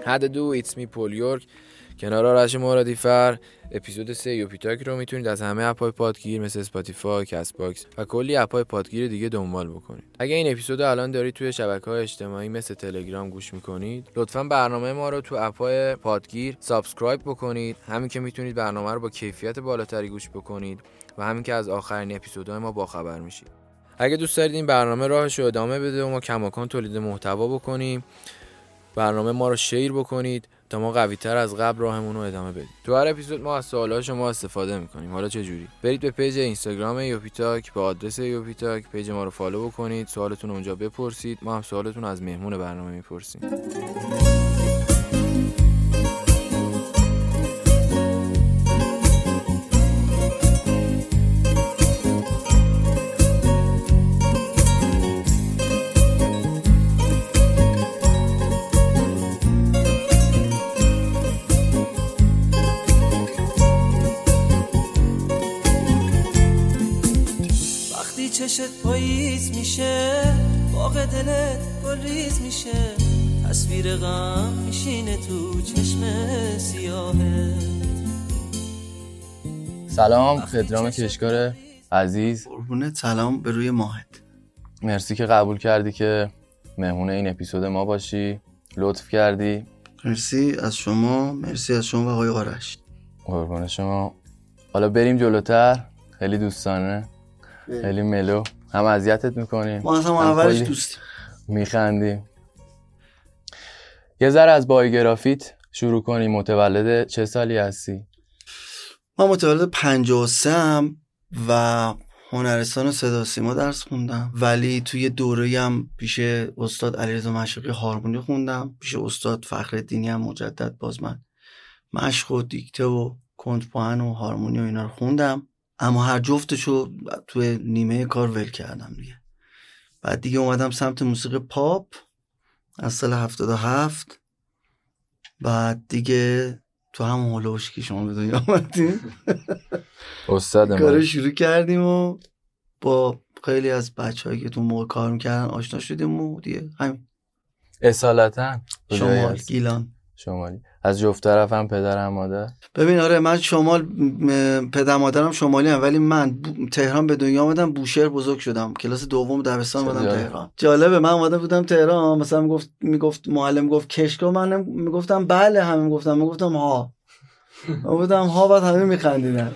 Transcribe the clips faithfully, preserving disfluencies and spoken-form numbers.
حد دو ایتس می پول یورک کنار آرش مرادیفر. اپیزود سه یوپیتاک رو میتونید از همه اپ‌های پادگیر مثل اسپاتیفای، کست باکس و کلی اپ‌های پادگیر دیگه دنبال بکنید. اگه این اپیزود الان دارید توی شبکه‌های اجتماعی مثل تلگرام گوش میکنید، لطفاً برنامه ما رو تو اپ‌های پادگیر سابسکرایب بکنید. همین که میتونید برنامه رو با کیفیت بالاتری گوش بکنید و همین که از آخرین اپیزودهای ما باخبر میشید. اگه دوست دارید این برنامه راهش رو ادامه بده و ما کماکان تولید محتوا بکنیم، برنامه ما رو شیر بکنید تا ما قوی‌تر از قبل راهمون رو ادامه بدیم. تو هر اپیزود ما از سوالات شما استفاده می‌کنیم. حالا چه جوری؟ برید به پیج اینستاگرام یوپیتاک با آدرس یوپیتاک، پیج ما رو فالو بکنید، سوالتون رو اونجا بپرسید، ما هم سوالتون رو از مهمون برنامه میپرسیم. چشت پاییز میشه، باغ دلت گلریز میشه، تصویر غم میشینه تو چشم سیاهت. سلام پدرام کشکار عزیز. قربونت، سلام به روی ماهت. مرسی که قبول کردی که مهمون این اپیزود ما باشی، لطف کردی. مرسی از شما، مرسی از شما و آقای آرش. قربون شما. حالا بریم جلوتر. خیلی دوستانه، خیلی ملو، هم اذیتت میکنیم، ما اصلا اولش دوستیم، میخندیم. یه ذره از بایوگرافیت شروع کنیم. متولد چه سالی هستی؟ من متولد پنجاه و سه ام و هنرستان صدا و سیما درس خوندم، ولی توی دوره‌ای هم پیش استاد علیرضا مشرقی هارمونی خوندم، پیش استاد فخرالدینی هم مجدد باز من مشق و دیکته و کنترپوان و هارمونی و اینا رو خوندم، اما هر جفتشو توی نیمه کار ول کردم دیگه. بعد دیگه اومدم سمت موسیقی پاپ از سال هفتاد و هفت. بعد دیگه تو هم هولوش که شما به دنیا آمدیم استاد کار شروع کردیم و با خیلی از بچه‌هایی که تو موقع کار میکردن آشنا شدیم و دیگه همین. اصالتا شمال گیلان شمالی. از جفت طرف هم پدر هم مادر؟ ببین آره، من شمال پدر مادرم شمالی هم، ولی من تهران به دنیا آمدم، بوشهر بزرگ شدم، کلاس دوم دبستان اومدم تهران. جالبه، من اومده بودم تهران، مثلا میگفت میگفت معلم گفت کشکا، من میگفتم بله، همه میگفتم، میگفتم ها میگفتم ها، بعد همه میخندیدن.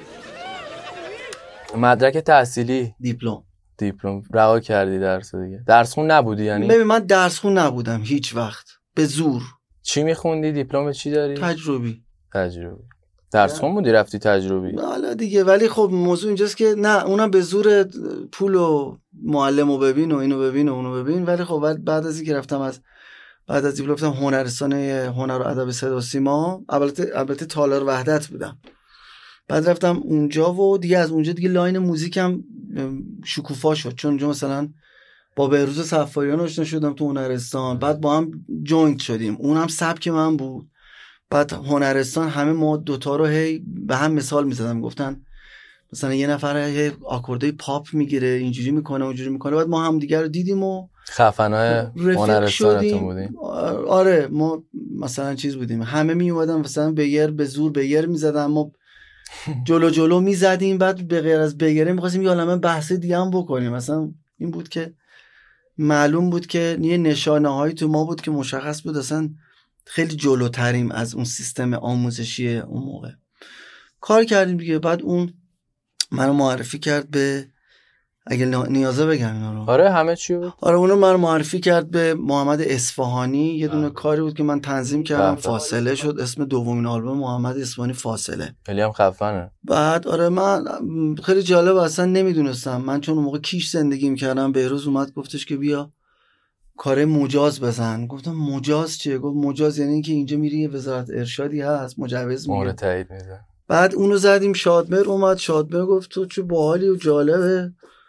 مدرک تحصیلی؟ دیپلم. دیپلم رها کردی درس دیگه؟ درس خون نبودی یعنی؟ ببین من درس خون نبودم هیچ وقت، به زور. چی میخوندی؟ دیپلم چی داری؟ تجربی. تجربی. درس خون بودی رفتی تجربی؟ حالا دیگه، ولی خب موضوع اینجاست که نه، اونم به زور پول و معلمو ببین و اینو ببین و اونو ببین، ولی خب بعد از اینکه رفتم از بعد از دیپلم رفتم هنرستان هنر و ادب صدا و سیما، البته البته تالار وحدت بودم. بعد رفتم اونجا و دیگه از اونجا دیگه لاین موزیکم شکوفا شد، چون اونجا مثلا با بهروز صفاریان آشنا شدم تو هنرستان، بعد با هم جوینت شدیم، اونم سبک من بود. بعد هنرستان همه ما دوتا رو هی به هم مثال میزدم، گفتن مثلا یه نفر یه آکوردای پاپ میگیره، اینجوری میکنه اونجوری میکنه، بعد ما هم دیگه رو دیدیم و خفنای هنرستانتون بودیم. آره ما مثلا چیز بودیم، همه می اومدن مثلا بیر به زور بیر میزدن، ما جلو جلو میزدیم، بعد به غیر از بیره میخواستیم یه عالمه بحث دیگه هم بکنیم. مثلا این بود که معلوم بود که یه نشانه هایی تو ما بود که مشخص بود اصلا خیلی جلوتریم از اون سیستم آموزشی اون موقع. کار کردیم دیگه. بعد اون منو معرفی کرد به، اگه نیازه بگم اینا رو. آره همه چی بود. آره اونو منو معرفی کرد به محمد اصفهانی. یه دونه کاری بود که من تنظیم کردم، فاصله شد، اسم دومین آلبوم محمد اصفهانی فاصله. خیلی هم خفنه. بعد آره من خیلی جالب، اصلا نمیدونستم، من چون اون موقع کیش زندگی میکردم، بهروز اومد گفتش که بیا کار مجاز بزن. گفتم مجاز چیه؟ گفت مجاز یعنی اینکه اینجا میری یه وزارت ارشادی هست مجوز میگه. مورد تایید میده. بعد اونو زدیم، شادمر اومد، شادمر گفت تو چه باحالی و جالبه،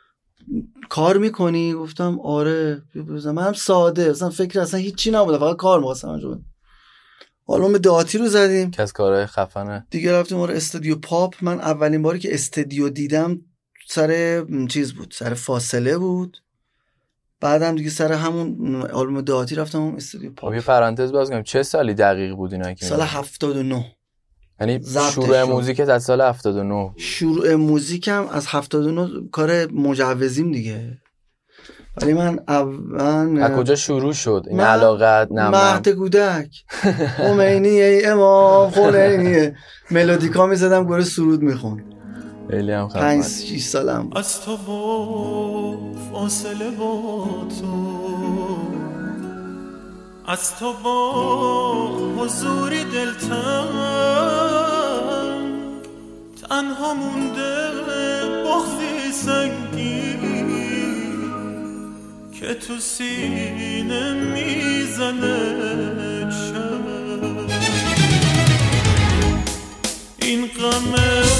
کار میکنی؟ گفتم آره. منم ساده، اصلا فکر اصلا هیچی نبوده، فقط کار می‌خواستم انجام بدم. آلبوم دعاتی رو زدیم که از کارهای خفنه دیگه. رفتیم اون استودیو پاپ. من اولین باری که استودیو دیدم سر چیز بود، سر فاصله بود. بعدم دیگه سر همون آلبوم دهاتی رفتم اون استودیو پاپ. یه پرانتز باز کنم، چه سالی دقیق بود اینا که سال هفتاد و نه. یعنی شروع موزیکت از سال هفتاد و نه؟ شروع موزیکم از هفتاد و نه، کار مجوزیم دیگه. ولی من اول از کجا شروع شد این علاقت؟ نم مهد کودک خمینی ای امام خمینی ملودیکا میزدم گوره سرود میخون. خیلی هم خفن. پنج شیش سالم بود. از تو با فاصله با تو، از تو با حضوری دلتنگ، تنها مونده بغضی سنگین که تو سینه میزنه شب. این غم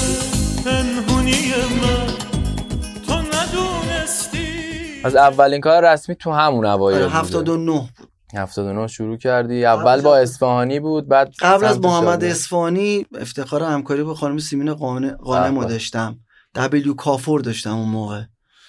پنهونی من تو ندونستی. از اولین کار رسمی تو همون اوایل بود. هفتاد و نه بود. هفتاد و نه شروع کردی. اول با اصفهانی بود، بعد قبل از محمد اصفهانی افتخار همکاری با خانم سیمین قانم داشتم. دبلیو کافور داشتم اون موقع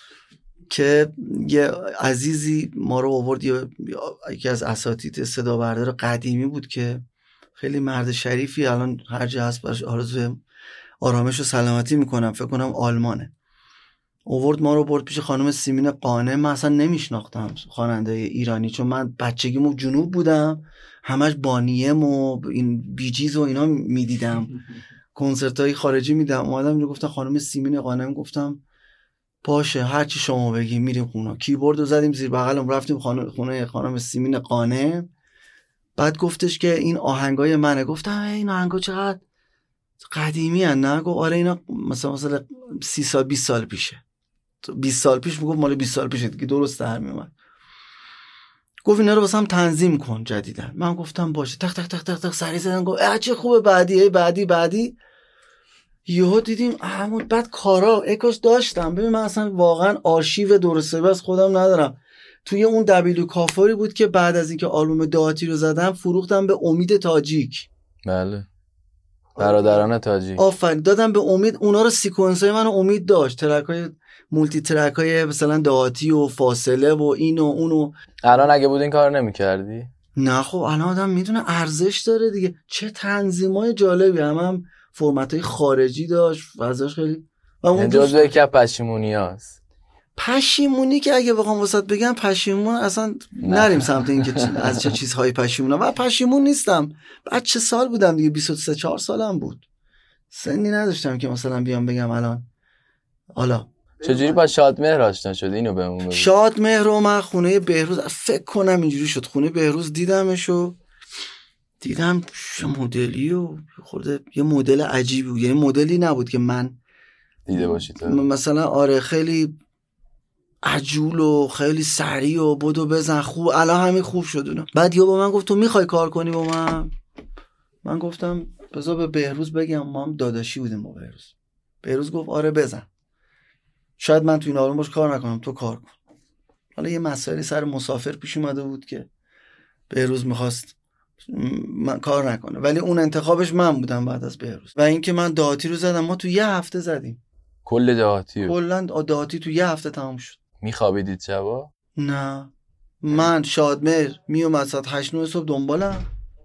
که یه عزیزی ما رو آورد، یکی از اساتید صدا بردار قدیمی بود که خیلی مرد شریفی، الان هر جا هست براش آرزوی آرامش و سلامتی میکنم، فکر کنم آلمانه. آورد ما رو برد پیش خانم سیمین قانع. من اصلا نمیشناختم خواننده ایرانی، چون من بچگیمو جنوب بودم، همش بانیم و این بیجیز و اینا میدیدم، کنسرتای خارجی میدم. اومدم اینجا گفتم خانم سیمین قانع، گفتم باشه هر چی شما بگی میریم خونه. کیبورد رو زدیم زیر بغلم، رفتیم خانه خونه خانم سیمین قانع. بعد گفتش که این آهنگای منه. گفتم این آهنگا چقدر قدیمی هن نه؟ گفت آره اینا مثلا مثلا سی سال بیست سال پیشه. بیست سال پیش میگفت مال بیست سال پیشه دیگه، درست در میومد. گفت اینا رو واسم تنظیم کن جدیدن. من گفتم باشه. تق تق تق تق تق سری زدن. گفت اه چه خوبه، بعدی ای بعدی بعدی. یهو دیدیم همون بعد کارا اکاش داشتم. ببین من اصلا واقعا آرشیو درسته بس خودم ندارم. توی اون دبلیو کافوری بود که بعد از اینکه آلبوم دهاتی رو زدم فروختم به امید تاجیک. بله برادران تاجیک. آفرین دادم به امید. اونا رو سیکونسای منو امید داشت، ترکای مولتی ترکای مثلا دهاتی و فاصله و این و اونو. الان اگه بود این کار نمی‌کردی؟ نه خب الان آدم میدونه ارزش داره دیگه. چه تنظیمای جالبی، هم هم فرمتای خارجی داشت، فضاش خیلی. و اون جزو یک پشیمونیاست. پشیمونی که اگه بخوام واسط بگم پشیمون اصلا نریم سمت این که از چه چیزهایی پشیمونم. من پشیمون نیستم. بعد چه سال بودم دیگه، بیست و سه چهار سالم بود، سنی نداشتم که مثلا بیام بگم الان. حالا چجوری با شادمهر آشنا شد؟ اینو بهمون بگو. شادمهر رو من خونه بهروز فکر کنم اینجوری شد. خونه بهروز دیدمشو، دیدم چه مدلی و خورده یه مدل عجیبی بود. یعنی مدلی نبود که من دیده باشید مثلا. آره خیلی عجول و خیلی سریع و بدو بزن خوب. الان همین خوب شد اونا. بعد یا با من گفت تو میخوای کار کنی با من؟ من گفتم بذار به بهروز بگم. ما هم داداشی بودیم با بهروز. بهروز گفت آره بزن، شاید من تو این آلبوم باش کار نکنم، تو کار کن. حالا یه مسائلی سر مسافر پیش اومده بود که بهروز میخواست من کار نکنه، ولی اون انتخابش من بودم بعد از بهروز. و اینکه من دهاتی رو زدم، ما تو یه هفته زدیم کل دهاتی رو. کلا دهاتی تو یه هفته تمام شد. میخوابیدید شبا؟ نه من شادمهر میومد ساعت هشت نه صبح دنبالم،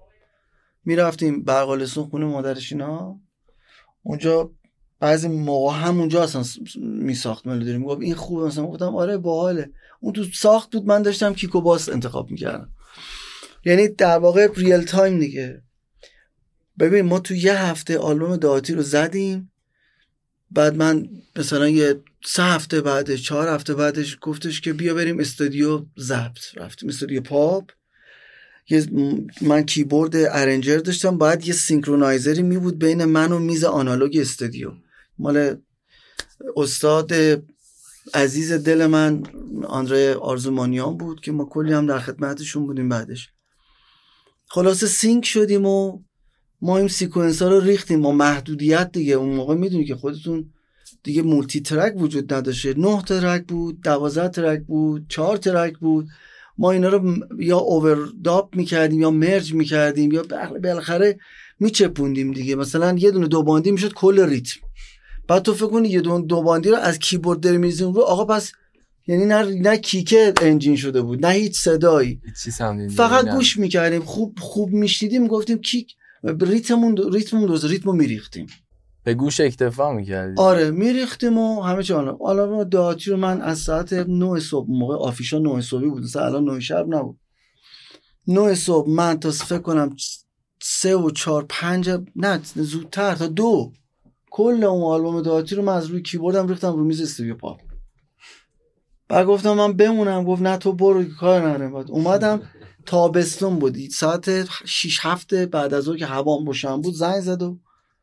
میرفتیم برقالستون خونه مادرش اینا. اونجا بعضی موقع همونجا اصلا میساخت ملودی، میگفت این خوبه مثلا. گفتم آره باحاله. اون تو ساخت بود، من داشتم کیک و باس انتخاب میکردم. یعنی در واقع ریل تایم دیگه. ببین ما تو یه هفته آلبوم دهاتی رو زدیم. بعد من مثلا یه سه هفته بعدش چهار هفته بعدش گفتش که بیا بریم استودیو ضبط. رفتیم استودیو پاپ. یه من کیبورد ارنجر داشتم، بعد یه سینکرونایزری می بود بین من و میز آنالوگ استودیو، مال استاد عزیز دل من آندره آرزومانیان بود که ما کلی هم در خدمتشون بودیم. بعدش خلاصه سینک شدیم و ما این سیکونس ها رو ریختیم با محدودیت دیگه. اون موقع میدونی که خودتون دیگه مولتی ترک وجود نداشته. نه ترک بود، دوازده ترک بود، چهار ترک بود. ما اینا رو یا اوورداب میکردیم یا مرج میکردیم یا بالاخره میچپوندیم دیگه. مثلا یه دونه دو باندی میشد کل ریتم. بعد تو فکر کنی یه دونه دو باندی رو از کیبورد داری میزنی رو، آقا پس یعنی نه نه کیکه انجین شده بود، نه هیچ صدایی، فقط گوش میکردیم. خوب خوب میشنیدیم، گفتیم کیک، ریتمون ریتمون روز ریتمو میریختیم، به گوش اکتفا میکردیم. آره میریختیم و همه چی. حالا حالا دعاتی رو من از ساعت نه صبح، موقع آفیشا نه صبحی بود، مثلا الان نه شب نبود، نه صبح من تا فکر کنم سه و چهار پنج، نه زودتر، تا دو کل اون آلبوم دعاتی رو من از روی کیبوردم ریختم رو میز استودیو پاپ. بعد گفتم من بمونم، گفت نه تو برو کار ندارم. بعد اومدم، تابستون بود، ساعت شش هفت بعد از اون که هوا روشن بود زنگ زد و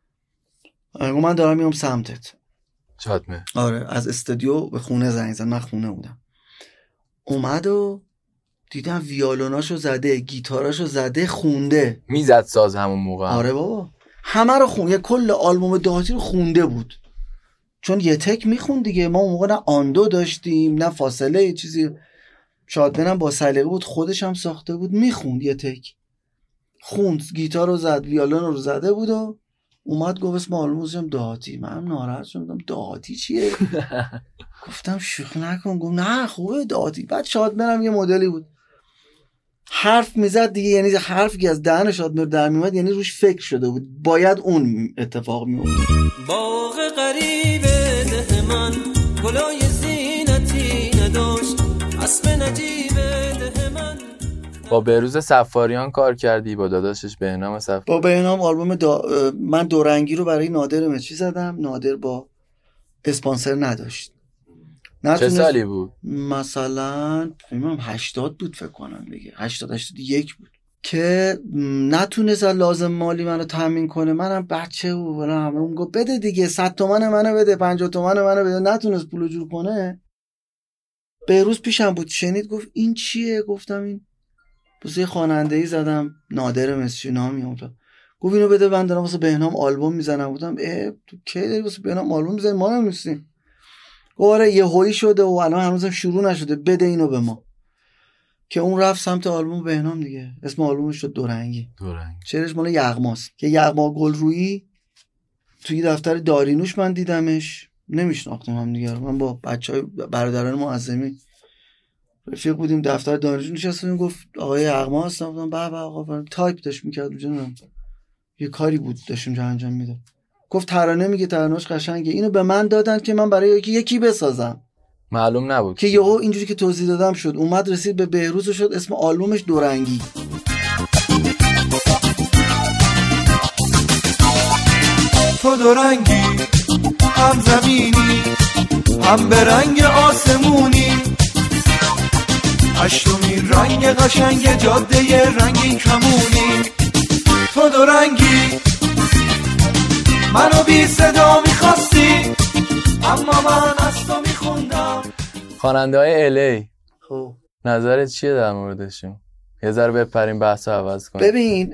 گفت من دارم میام سمتت. چاتمه. آره از استودیو به خونه زنگ زد، من خونه بودم. اومد و دیدم ویولوناشو زده، گیتاراشو زده، خونده، میزد ساز همون موقع. آره بابا همه رو خون، یه کل آلبوم دعاتی رو خونده بود، چون یه تک میخوند دیگه. ما اون موقع نه آندو داشتیم نه فاصله، یه چیزی. شادمنم با سلیقه بود، خودش هم ساخته بود، میخوند یه تک، خوند، گیتار رو زد، ویولون رو زده بود و اومد گفت اسم آلبومم دعاتی. من ناراحت شدم، دعاتی چیه؟ گفتم شوخی نکن. گفت نه خوبه دعاتی. بعد شادمنم یه مدلی بود، حرف میزد دیگه، یعنی حرفی از دهن شادمر در میومد یعنی روش فکر شده بود، باید اون اتفاق میفته. باغ غریب ده من گلای زینتی نداشت، اسب نجیب ده من. با بهروز صفاریان کار کردی، با داداشش بهنام صفاریان. با بهنام آلبوم دا... من دورنگی رو برای نادر مچی زدم. نادر با اسپانسر نداشت. چه سالی بود؟ مثلا فکرم هشتاد بود فکر کنم دیگه، هشتاد هشتاد و یک بود که نتونست لازم مالی منو تامین کنه. منم بچه و ولی همه اون گفت بده دیگه، صد تومن منو بده، پنجاه تومن منو بده. نتونست پولو جور کنه. بهروز پیشم بود، شنید گفت این چیه؟ گفتم این واسه خواننده‌ای زدم، نادر مصری نامی اونجا. گفت اینو بده، من دارم واسه بهنام آلبوم میزنم. گفتم اه تو کی داری واسه بهنام آلبوم میزنی؟ ما نمی‌دونیم. آره یه هویی شده و الان هنوزم شروع نشده، بده اینو به ما. که اون رفت سمت آلبوم بهنام دیگه. اسم آلبومش شد دورنگی. دورنگی. شعرش مال یغماست که یغما گلرویی توی دفتر دارینوش من دیدمش، نمیشناختم هم دیگه. من با بچهای برادران معظمی رفیق بودیم، دفتر دارینوش نشستیم، گفت آقای یغما هستم. گفتم به به آقا، تایپ داش میکرد جنم، یه کاری بود داشتیم جا انجام میداد. گفت ترانه میگه، ترانه‌اش قشنگه، اینو به من دادن که من برای یکی یکی بسازم. معلوم نبود که یهو اینجوری که توضیح دادم شد، اومد رسید به بهروز و شد اسم آلبومش دورنگی. تو دورنگی، هم زمینی هم به رنگ آسمونی، هشتمین رنگ قشنگ جاده رنگین کمونی. تو دورنگی، منو بی صدا میخواستی اما من از تو میخوندم. خواننده های الی، خب نظرت چیه در موردشون؟ یه ذره بپریم بحث رو عوض کنیم. ببین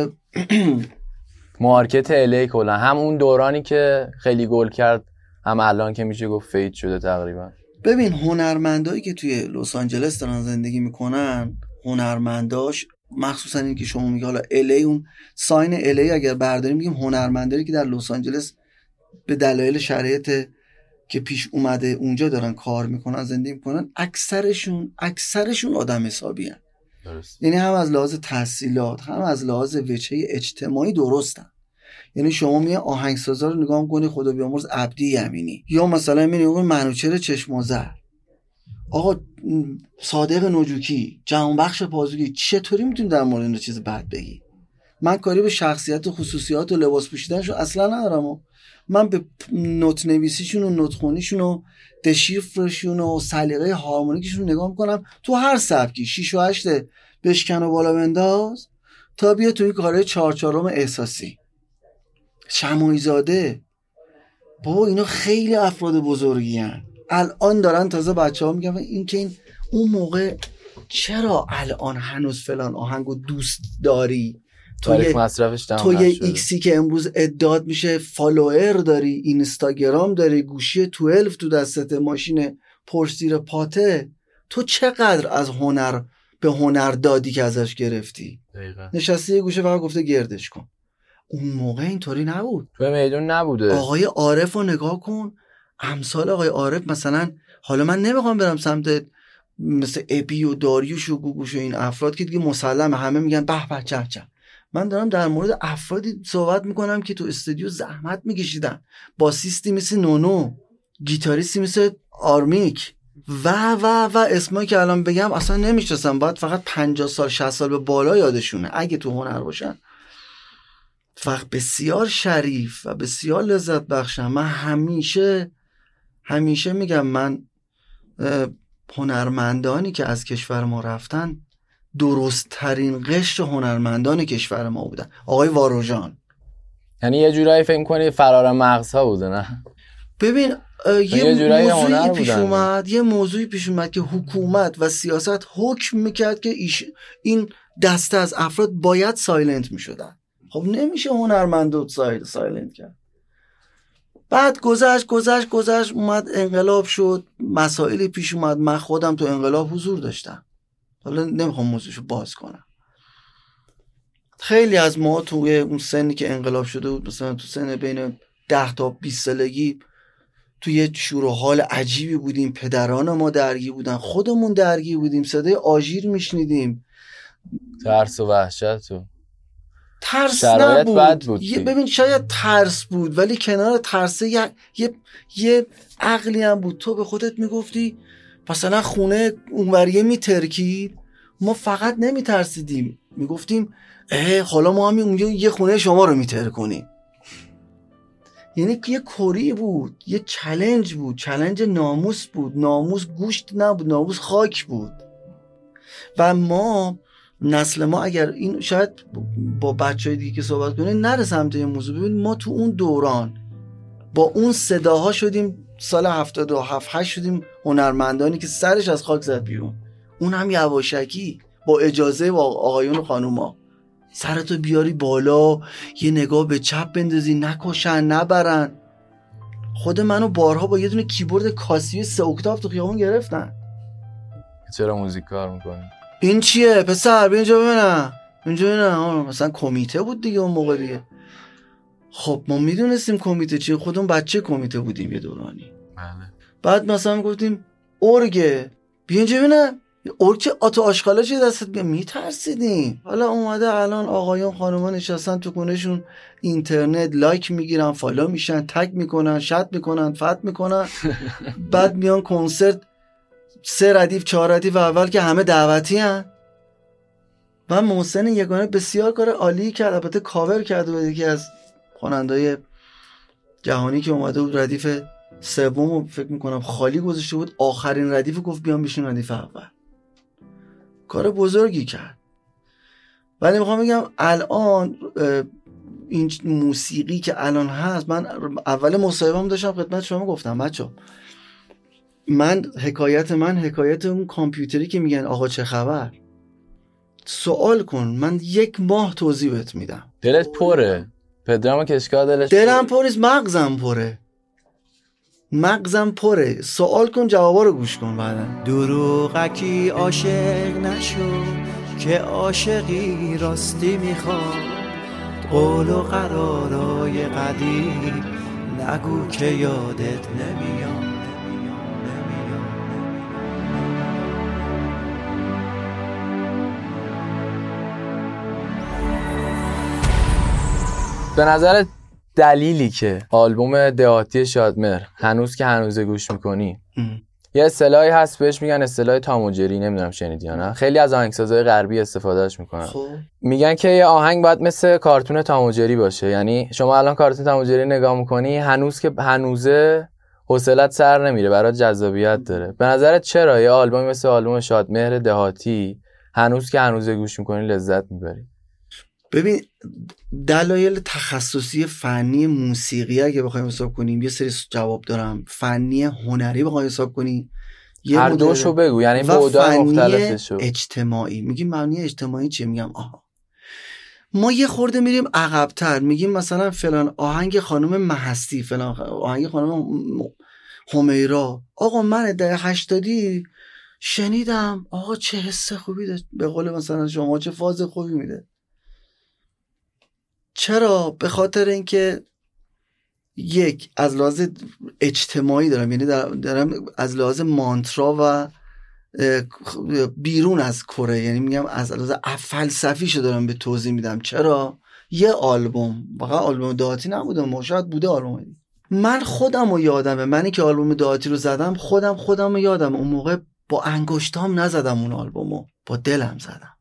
مارکت الی کلا هم اون دورانی که خیلی گل کرد، هم الان که میشه گفت فید شده تقریبا. ببین هنرمندایی که توی لس آنجلس دارن زندگی میکنن، هنرمنداش مخصوصا این که شما میگی حالا الی، اون ساین الی اگر برداریم میگیم هنرمندایی که در لس آنجلس به دلایل شرایط که پیش اومده اونجا دارن کار میکنن، زندگی میکنن، اکثرشون اکثرشون آدم حسابی هن. درست. یعنی هم از لحاظ تحصیلات هم از لحاظ وجهه اجتماعی درستن. یعنی شما میای آهنگسازا رو نگاه میکنی، خدا بیامرز عبدی یمینی، یا مثلا میبینی اون منوچهر چشم و زر، آقا صادق نجوکی، جهانبخش پازوکی، چطوری میتونی در مورد این چیز بد بگی؟ من کاری به شخصیت و خصوصیات و لباس پوشیدنشون اصلا ندارم و من به نوت نویسیشون و نوت خونیشون و دشیفرشون و سلیقه هارمونیکشون نگاه میکنم. تو هر سبکی شیش و هشت بشکن و بالا بنداز تا بیا تو این کارهای چهار چهارم احساسی. شماعی زاده، بابا اینا خیلی افراد بزرگی هن. الان دارن تازه بچه ها میگن این که این اون موقع چرا الان هنوز فلان آهنگو دوست داری؟ تاریخ مصرفش تو یه ایکسی که امروز ادعاد میشه فالوئر داری، اینستاگرام داری، گوشی دوازده تو دستت، ماشین پرش زیر پاته، تو چقدر از هنر به هنر دادی که ازش گرفتی؟ دقیقا. نشستی یه گوشه فقط گفته گردش کن. اون موقع اینطوری نبود، تو میدون نبوده. آقای عارف رو نگاه کن، امثال آقای عارف مثلا حالا من نمیخوام برم سمت مثل ابی و داریوش و گوگوش و این افراد که دیگه مسلمه همه میگن به به چه چه. من دارم در مورد افرادی صحبت میکنم که تو استودیو زحمت میکشیدن، باسیستی مثل نونو، گیتاریستی مثل آرمیک و و و اسمایی که الان بگم اصلا نمیشناسم، باید فقط پنجاه سال شصت سال به بالا یادشونه اگه تو هنر باشن. فقط بسیار شریف و بسیار لذت بخشم. من همیشه همیشه میگم من هنرمندانی که از کشور ما رفتن درست ترین قشر هنرمندان کشور ما بودن. آقای واروژان، یعنی یه جورایی فکر کنی فرار مغزها بوده نه؟ ببین یه, یه موضوعی پیش اومد یه موضوعی پیش اومد که حکومت و سیاست حکم میکرد که ایش این دسته از افراد باید سایلنت میشدن. خب نمیشه هنرمندو سایل سایلنت کرد. بعد گذشت گذشت گذشت اومد انقلاب شد، مسائلی پیش اومد. من خودم تو انقلاب حضور داشتم، حالا نمیخوام موضوعشو باز کنم. خیلی از ما توی اون سنی که انقلاب شده بود، مثلا تو سن بین ده تا بیست سالگی توی شور و حال عجیبی بودیم، پدران ما درگیر بودن، خودمون درگیر بودیم، صدای آژیر میشنیدیم، ترس و وحشت و ترس شرایط نبود. بد بود. یه ببین شاید ترس بود ولی کنار ترس یه یه, یه عقلی هم بود. تو به خودت میگفتی مثلا خونه اونوریه میترکید، ما فقط نمیترسیدیم، میگفتیم اه حالا ما هم اونجا یه خونه شما رو میترکنیم. یعنی یه کوری بود، یه چالش بود، چالش ناموس بود. ناموس گوشت نبود، ناموس خاک بود. و ما نسل ما اگر این شاید با بچهای دیگه که صحبت کنیم نره سمت این موضوع، ببین ما تو اون دوران با اون صداها شدیم، سال هفتاد و هفت هشت شدیم هنرمندانی که سرش از خاک زد بیرون. اون هم یواشکی با اجازه با آقایون و خانوما، سرتو بیاری بالا، یه نگاه به چپ بندازی، نکشن نبرن. خود منو بارها با یه دونه کیبورد کاسیو سه اکتاف تو خیابون گرفتن. چرا موزیک کار میکنی؟ این چیه پسر؟ بیا اینجا ببینم، اینجا ببینم. مثلا کمیته بود دیگه اون موقع دیگه. خب ما میدونستیم کمیته چیه، خودمون بچه کمیته بودیم یه دورانی. بله. بعد مثلا گفتیم ارگه، بیا اینجا ببینم ارگ آتو آشغالا چه دستت بیا. میترسیدیم. حالا اومده الان آقایون خانوما نشستن تو خونهشون، اینترنت لایک میگیرن، فالو میشن، تگ میکنن، شات میکنن، فت میکنن. بعد میان کنسرت سه ردیف چهار ردیف اول که همه دعوتی هن. و محسن یگانه بسیار کار عالی کرد، البته کاور کرده بود یکی از خواننده‌های جهانی که اومده بود ردیف سوم فکر میکنم خالی گذاشته بود، آخرین ردیف گفت بیام بشین ردیف اول. کار بزرگی کرد. ولی میخوام بگم الان این موسیقی که الان هست، من اول مصاحبه‌ام داشتم خدمت شما گفتم بچه‌ها، من حکایت من حکایت اون کامپیوتری که میگن آقا چه خبر، سوال کن من یک ماه توضیح بهت میدم. دلت پره پدرام کشکا، دلش دلم پره، مغزم پره، مغزم پره. سوال کن جوابا رو گوش کن. بعدا دروغکی عاشق نشو که عاشقی راستی میخواد، قول و قرارای قدیم نگو که یادت نمیاد. به نظر دلیلی که آلبوم دهاتی شادمهر هنوز که هنوزه گوش میکنی ام. یه اصطلاحی هست بهش میگن اصطلاح تام و جری، نمیدونم شنیدی یا نه، خیلی از آهنگسازهای غربی استفادهش میکنن. خب. میگن که یه آهنگ باید مثل کارتون تام و جری باشه. یعنی شما الان کارتون تام و جری نگاه میکنی، هنوز که هنوزه حوصلت سر نمیره، برات جذابیت داره. به نظرت چرا یه آلبومی مثل آلبوم شادمهر دهاتی هنوز که هنوزه گوش میکنی لذت میبری؟ ببین دلایل تخصصی فنی موسیقی اگه بخوایم حساب کنیم یه سری جواب دارم، فنی هنری بخوایم حساب کنیم هر دوشو بگو، یعنی بعدای مختلفشو. اجتماعی میگیم معنی اجتماعی چیه؟ میگم آها ما یه خورده میریم عقب‌تر، میگیم مثلا فلان آهنگ خانم مهستی، فلان آهنگ خانم همیرا، آقا من دهه هشتادی شنیدم، آقا چه حس خوبی ده. به قول مثلا شما چه فاز خوبی میده. چرا؟ به خاطر اینکه یک از لحاظ اجتماعی دارم، یعنی دارم از لحاظ مانترا و بیرون از کره، یعنی میگم از لحاظ فلسفیشو دارم به توضیح میدم. چرا یه آلبوم، واقعا آلبوم دهاتی نبوده، شاید بوده آلبوم. من خودم رو یادمه، منی که آلبوم دهاتی رو زدم خودم خودم رو یادم، اون موقع با انگشتام نزدم اون آلبومو، با دلم زدم.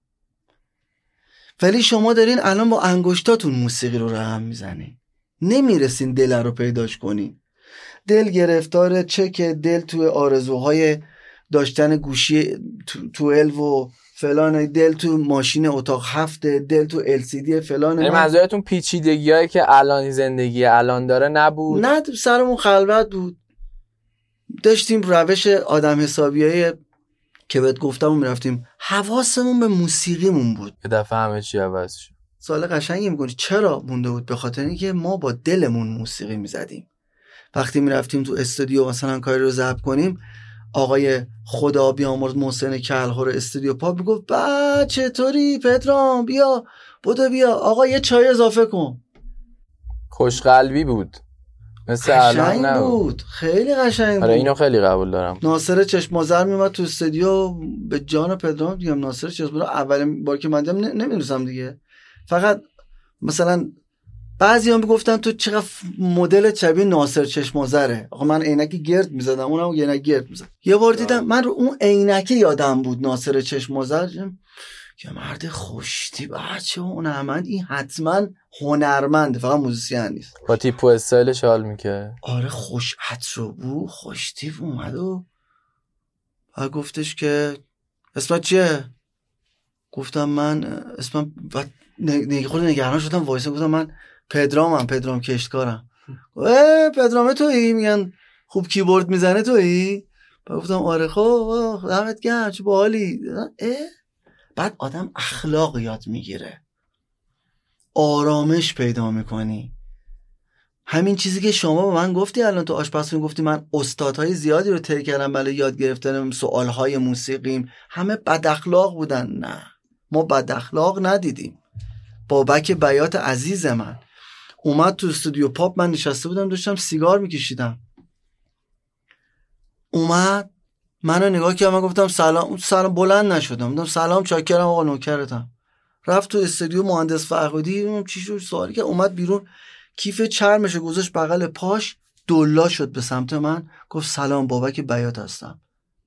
ولی شما دارین الان با انگشتاتون موسیقی رو رقم میزنین، نمیرسین دل رو پیداش کنین. دل گرفتار چک دل توی آرزوهای داشتن گوشی توئلو و فلان، دل تو ماشین اتاق هفته، دل تو ال سی دی فلان. یعنی منظورتون پیچیدگیایی که الان زندگی الان داره نبود؟ نه، سرمون خلوت بود، داشتیم روش آدم حسابیای که بهت گفتم میرفتیم، حواسمون به موسیقیمون بود. یه دفعه همه چی عوض شد. سوال قشنگی میکنی چرا مونده بود؟ به خاطر اینکه ما با دلمون موسیقی میزدیم. وقتی میرفتیم تو استودیو مثلا کاری رو ضبط کنیم، آقای خدا بیامرز محسن کلهر استودیو پاپ میگفت با چطوری پدرام، بیا بودو بیا آقا یه چای اضافه کن. خوشقلبی بود، مثل الان نبود. خیلی قشنگ بود. آره اینو خیلی قبول دارم. ناصر چشمازر میومد تو استودیو، به جان پدرام دیگم ناصر چشمازر اولین بار که من دیدم نمیدونستم دیگه، فقط مثلا بعضی هم میگفتن تو چقدر مدل شبیه ناصر چشمازره. آقا من عینکی گرد میزدم، اونم عینک گرد میزد. یه بار دیدم من رو اون عینکی یادم بود ناصر چشمازر، که مرد خوشتی بچه هنرمند، این حتما هنرمنده فقط موزیسین نیست. با تیپ و استایلش حال میکنه. آره خوش عطر بو، خوش تیپ اومد و بعد گفتش که اسمت چیه؟ گفتم من اسمم، نگه خود نگران شدم وایسه، گفتم من پدرامم، پدرام کشتکارم. اه پدرامه تویی؟ میگن خوب کیبورد میزنه تویی؟ بعد گفتم آره خب دمت گرم چه باحالی. اه بعد آدم اخلاق یاد میگیره، آرامش پیدا میکنی. همین چیزی که شما به من گفتی الان تو آشپزخونه، گفتی من استادهای زیادی رو طی کردم برای یاد گرفتن سوالهای موسیقیم، همه بد اخلاق بودن. نه ما بد اخلاق ندیدیم. بابک بیات عزیز من اومد تو استودیو پاپ، من نشسته بودم داشتم سیگار میکشیدم، اومد منو نگاه کرد، من گفتم سلام، سلام بلند نشدم، گفتم سلام چاکرم آقا نوکرتم. رفت تو استودیو مهندس فرهادی، چی شد سوالی که اومد بیرون، کیف چرمشو گذاشت بغل پاش، دلا شد به سمت من، گفت سلام بابک بیات هستم.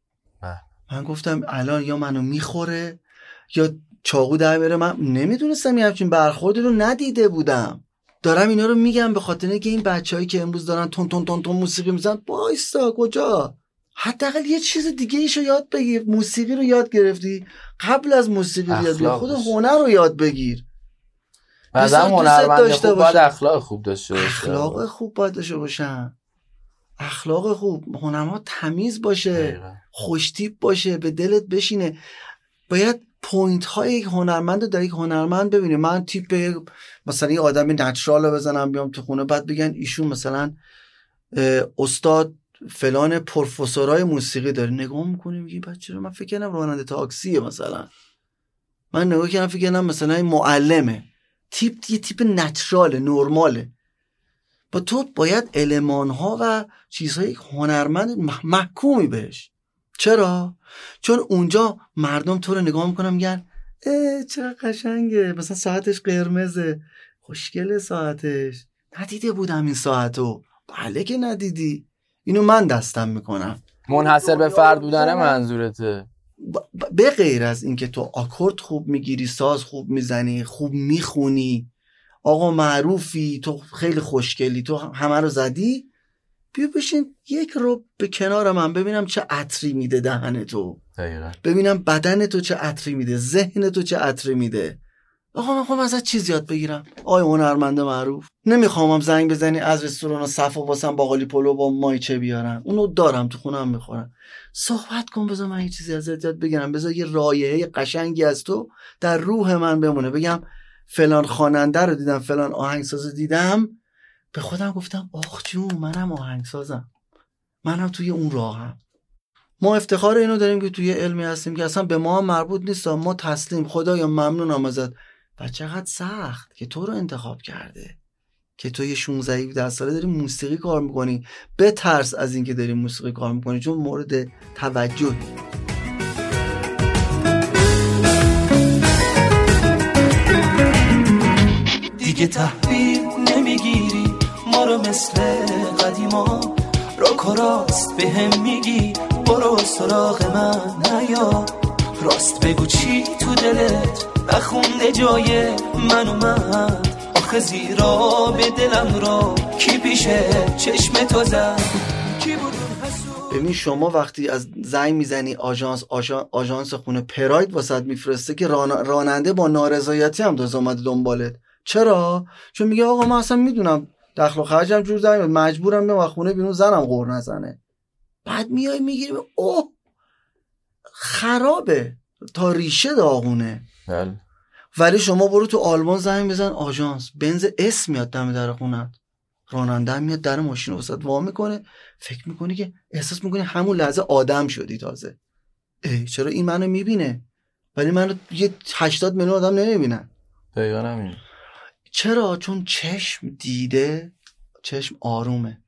من گفتم الان یا منو میخوره یا چاقو در میاره. من نمیدونستم یه همچین برخوردی رو ندیده بودم. دارم اینا رو میگم به خاطر اینکه این بچه‌هایی که امروز دارن تون تون تون تون موسیقی میزنن، وایسا کجا؟ حداقل یه چیز دیگه ایشو یاد بگیر. موسیقی رو یاد گرفتی، قبل از موسیقی رو یاد بگیر، خود هنر رو یاد بگیر. مثلا هنرمند خوب باید اخلاق خوب داشته باشه. اخلاق خوب باید داشته باشن. اخلاق خوب، هنرمند تمیز باشه، خوشتیپ باشه، به دلت بشینه. باید پوینت های یک هنرمند رو در یک هنرمند ببینه. من تیپ مثلا یه آدمی نچرال رو بزنم بیام تو خونه، بعد بگن ایشون مثلا استاد فلان پروفسورای موسیقی داره، نگاه میکنی میگی بچه رو من فکر کنم راننده تاکسیه، مثلا من نگاه کردم فکر کنم مثلا این معلمه. تیپ یه تیپ نچراله، نرماله. با تو باید المان ها و چیزهای هنرمند محکومی بهش. چرا؟ چون اونجا مردم تو رو نگاه میکنن میگن اه چه قشنگه، مثلا ساعتش قرمزه، خوشگله ساعتش، ندیده بودم این ساعتو. بله که ندیدی، اینو من دستم میکنم. منحصر به فرد بودنه منظورته؟ به غیر از اینکه تو آکورد خوب میگیری، ساز خوب میزنی، خوب میخونی، آقا معروفی، تو خیلی خوشگلی، تو همه رو زدی، بیا بشین یک رو به کنار من ببینم چه عطری میده دهن تو. دقیقاً. ببینم بدن تو چه عطری میده، ذهن تو چه عطری میده. آقا من خواهم ازت چیز یاد بگیرم. آی هنرمند معروف، نمیخوامم زنگ بزنی از رستوران صفا واسم باقالی پلو با مایچه بیارم، اونو دارم تو خونم میخورم. صحبت کن، بذار من یه چیزی ازت یاد بگیرم، بذار یه رایحه قشنگی از تو در روح من بمونه، بگم فلان خواننده رو دیدم، فلان آهنگساز دیدم، به خودم گفتم آخ جون منم آهنگسازم، منم توی اون راهم. ما افتخار اینو داریم که توی علمی هستیم که اصلا به ما هم مربوط نیست، ما تسلیم، خدایا ممنونم ازت. و چقدر سخت که تو رو انتخاب کرده، که تو یه شانزده هفده ساله داری موسیقی کار میکنی، بترس از اینکه داری موسیقی کار میکنی چون مورد توجهی. دیگه تحویل نمیگیری ما رو مثل قدیما، راک و راست به هم میگی برو سراغ من نیا، راست بگو چی تو دلت نخونده جای من اومد، آخه زیرا به دلم را کی پیشه چشم تو زد کی بود. ببین شما وقتی از زنگ میزنی آژانس آژانس خونه پراید واسط میفرسته که ران... راننده با نارضایتی هم داز اومده دنبالت. چرا؟ چون میگه آقا من اصلا میدونم دخل و خرجم جور در میاد، مجبورم برم خونه بیرون زنم غر نزنه. بعد میای میگیری اوه خرابه تا ریشه داغونه. بله. ولی شما برو تو آلمان زنگ بزن آژانس، بنز اس میاد دم در خونت، راننده میاد در ماشین واسط وا میکنه، فکر میکنی که احساس میکنی همون لحظه آدم شدی تازه. ای چرا این منو میبینه ولی منو یه هشتاد میلیون آدم نمیبینن؟ دقیقاً همین. چرا؟ چون چشم دیده، چشم آرومه،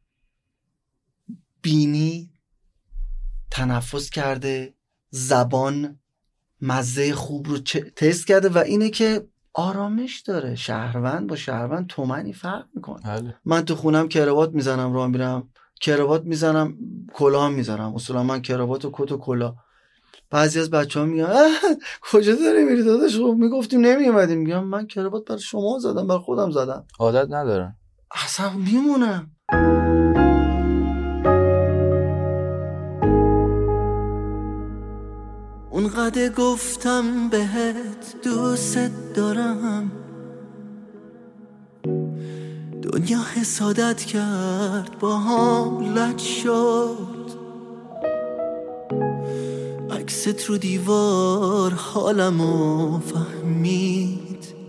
بینی تنفس کرده، زبان مزه خوب رو تست کرده و اینه که آرامش داره. شهروند با شهروند تومنی فرق میکنه. من تو خونم کراوات میزنم راه میرم، کراوات میزنم کلاه میذارم، اصولا من کراوات و کت و کلاه. بعضی از بچه‌ها میگن کجا داری میری داداش؟ خب میگفتیم نمیومدیم. میگم من کراوات برای شما زدم، برای خودم زدم. عادت ندارن اصلا میمونم. اونقدر گفتم بهت دوست دارم، دنیا حسادت کرد با هم لج شد، عکست رو دیوار حالمو فهمید.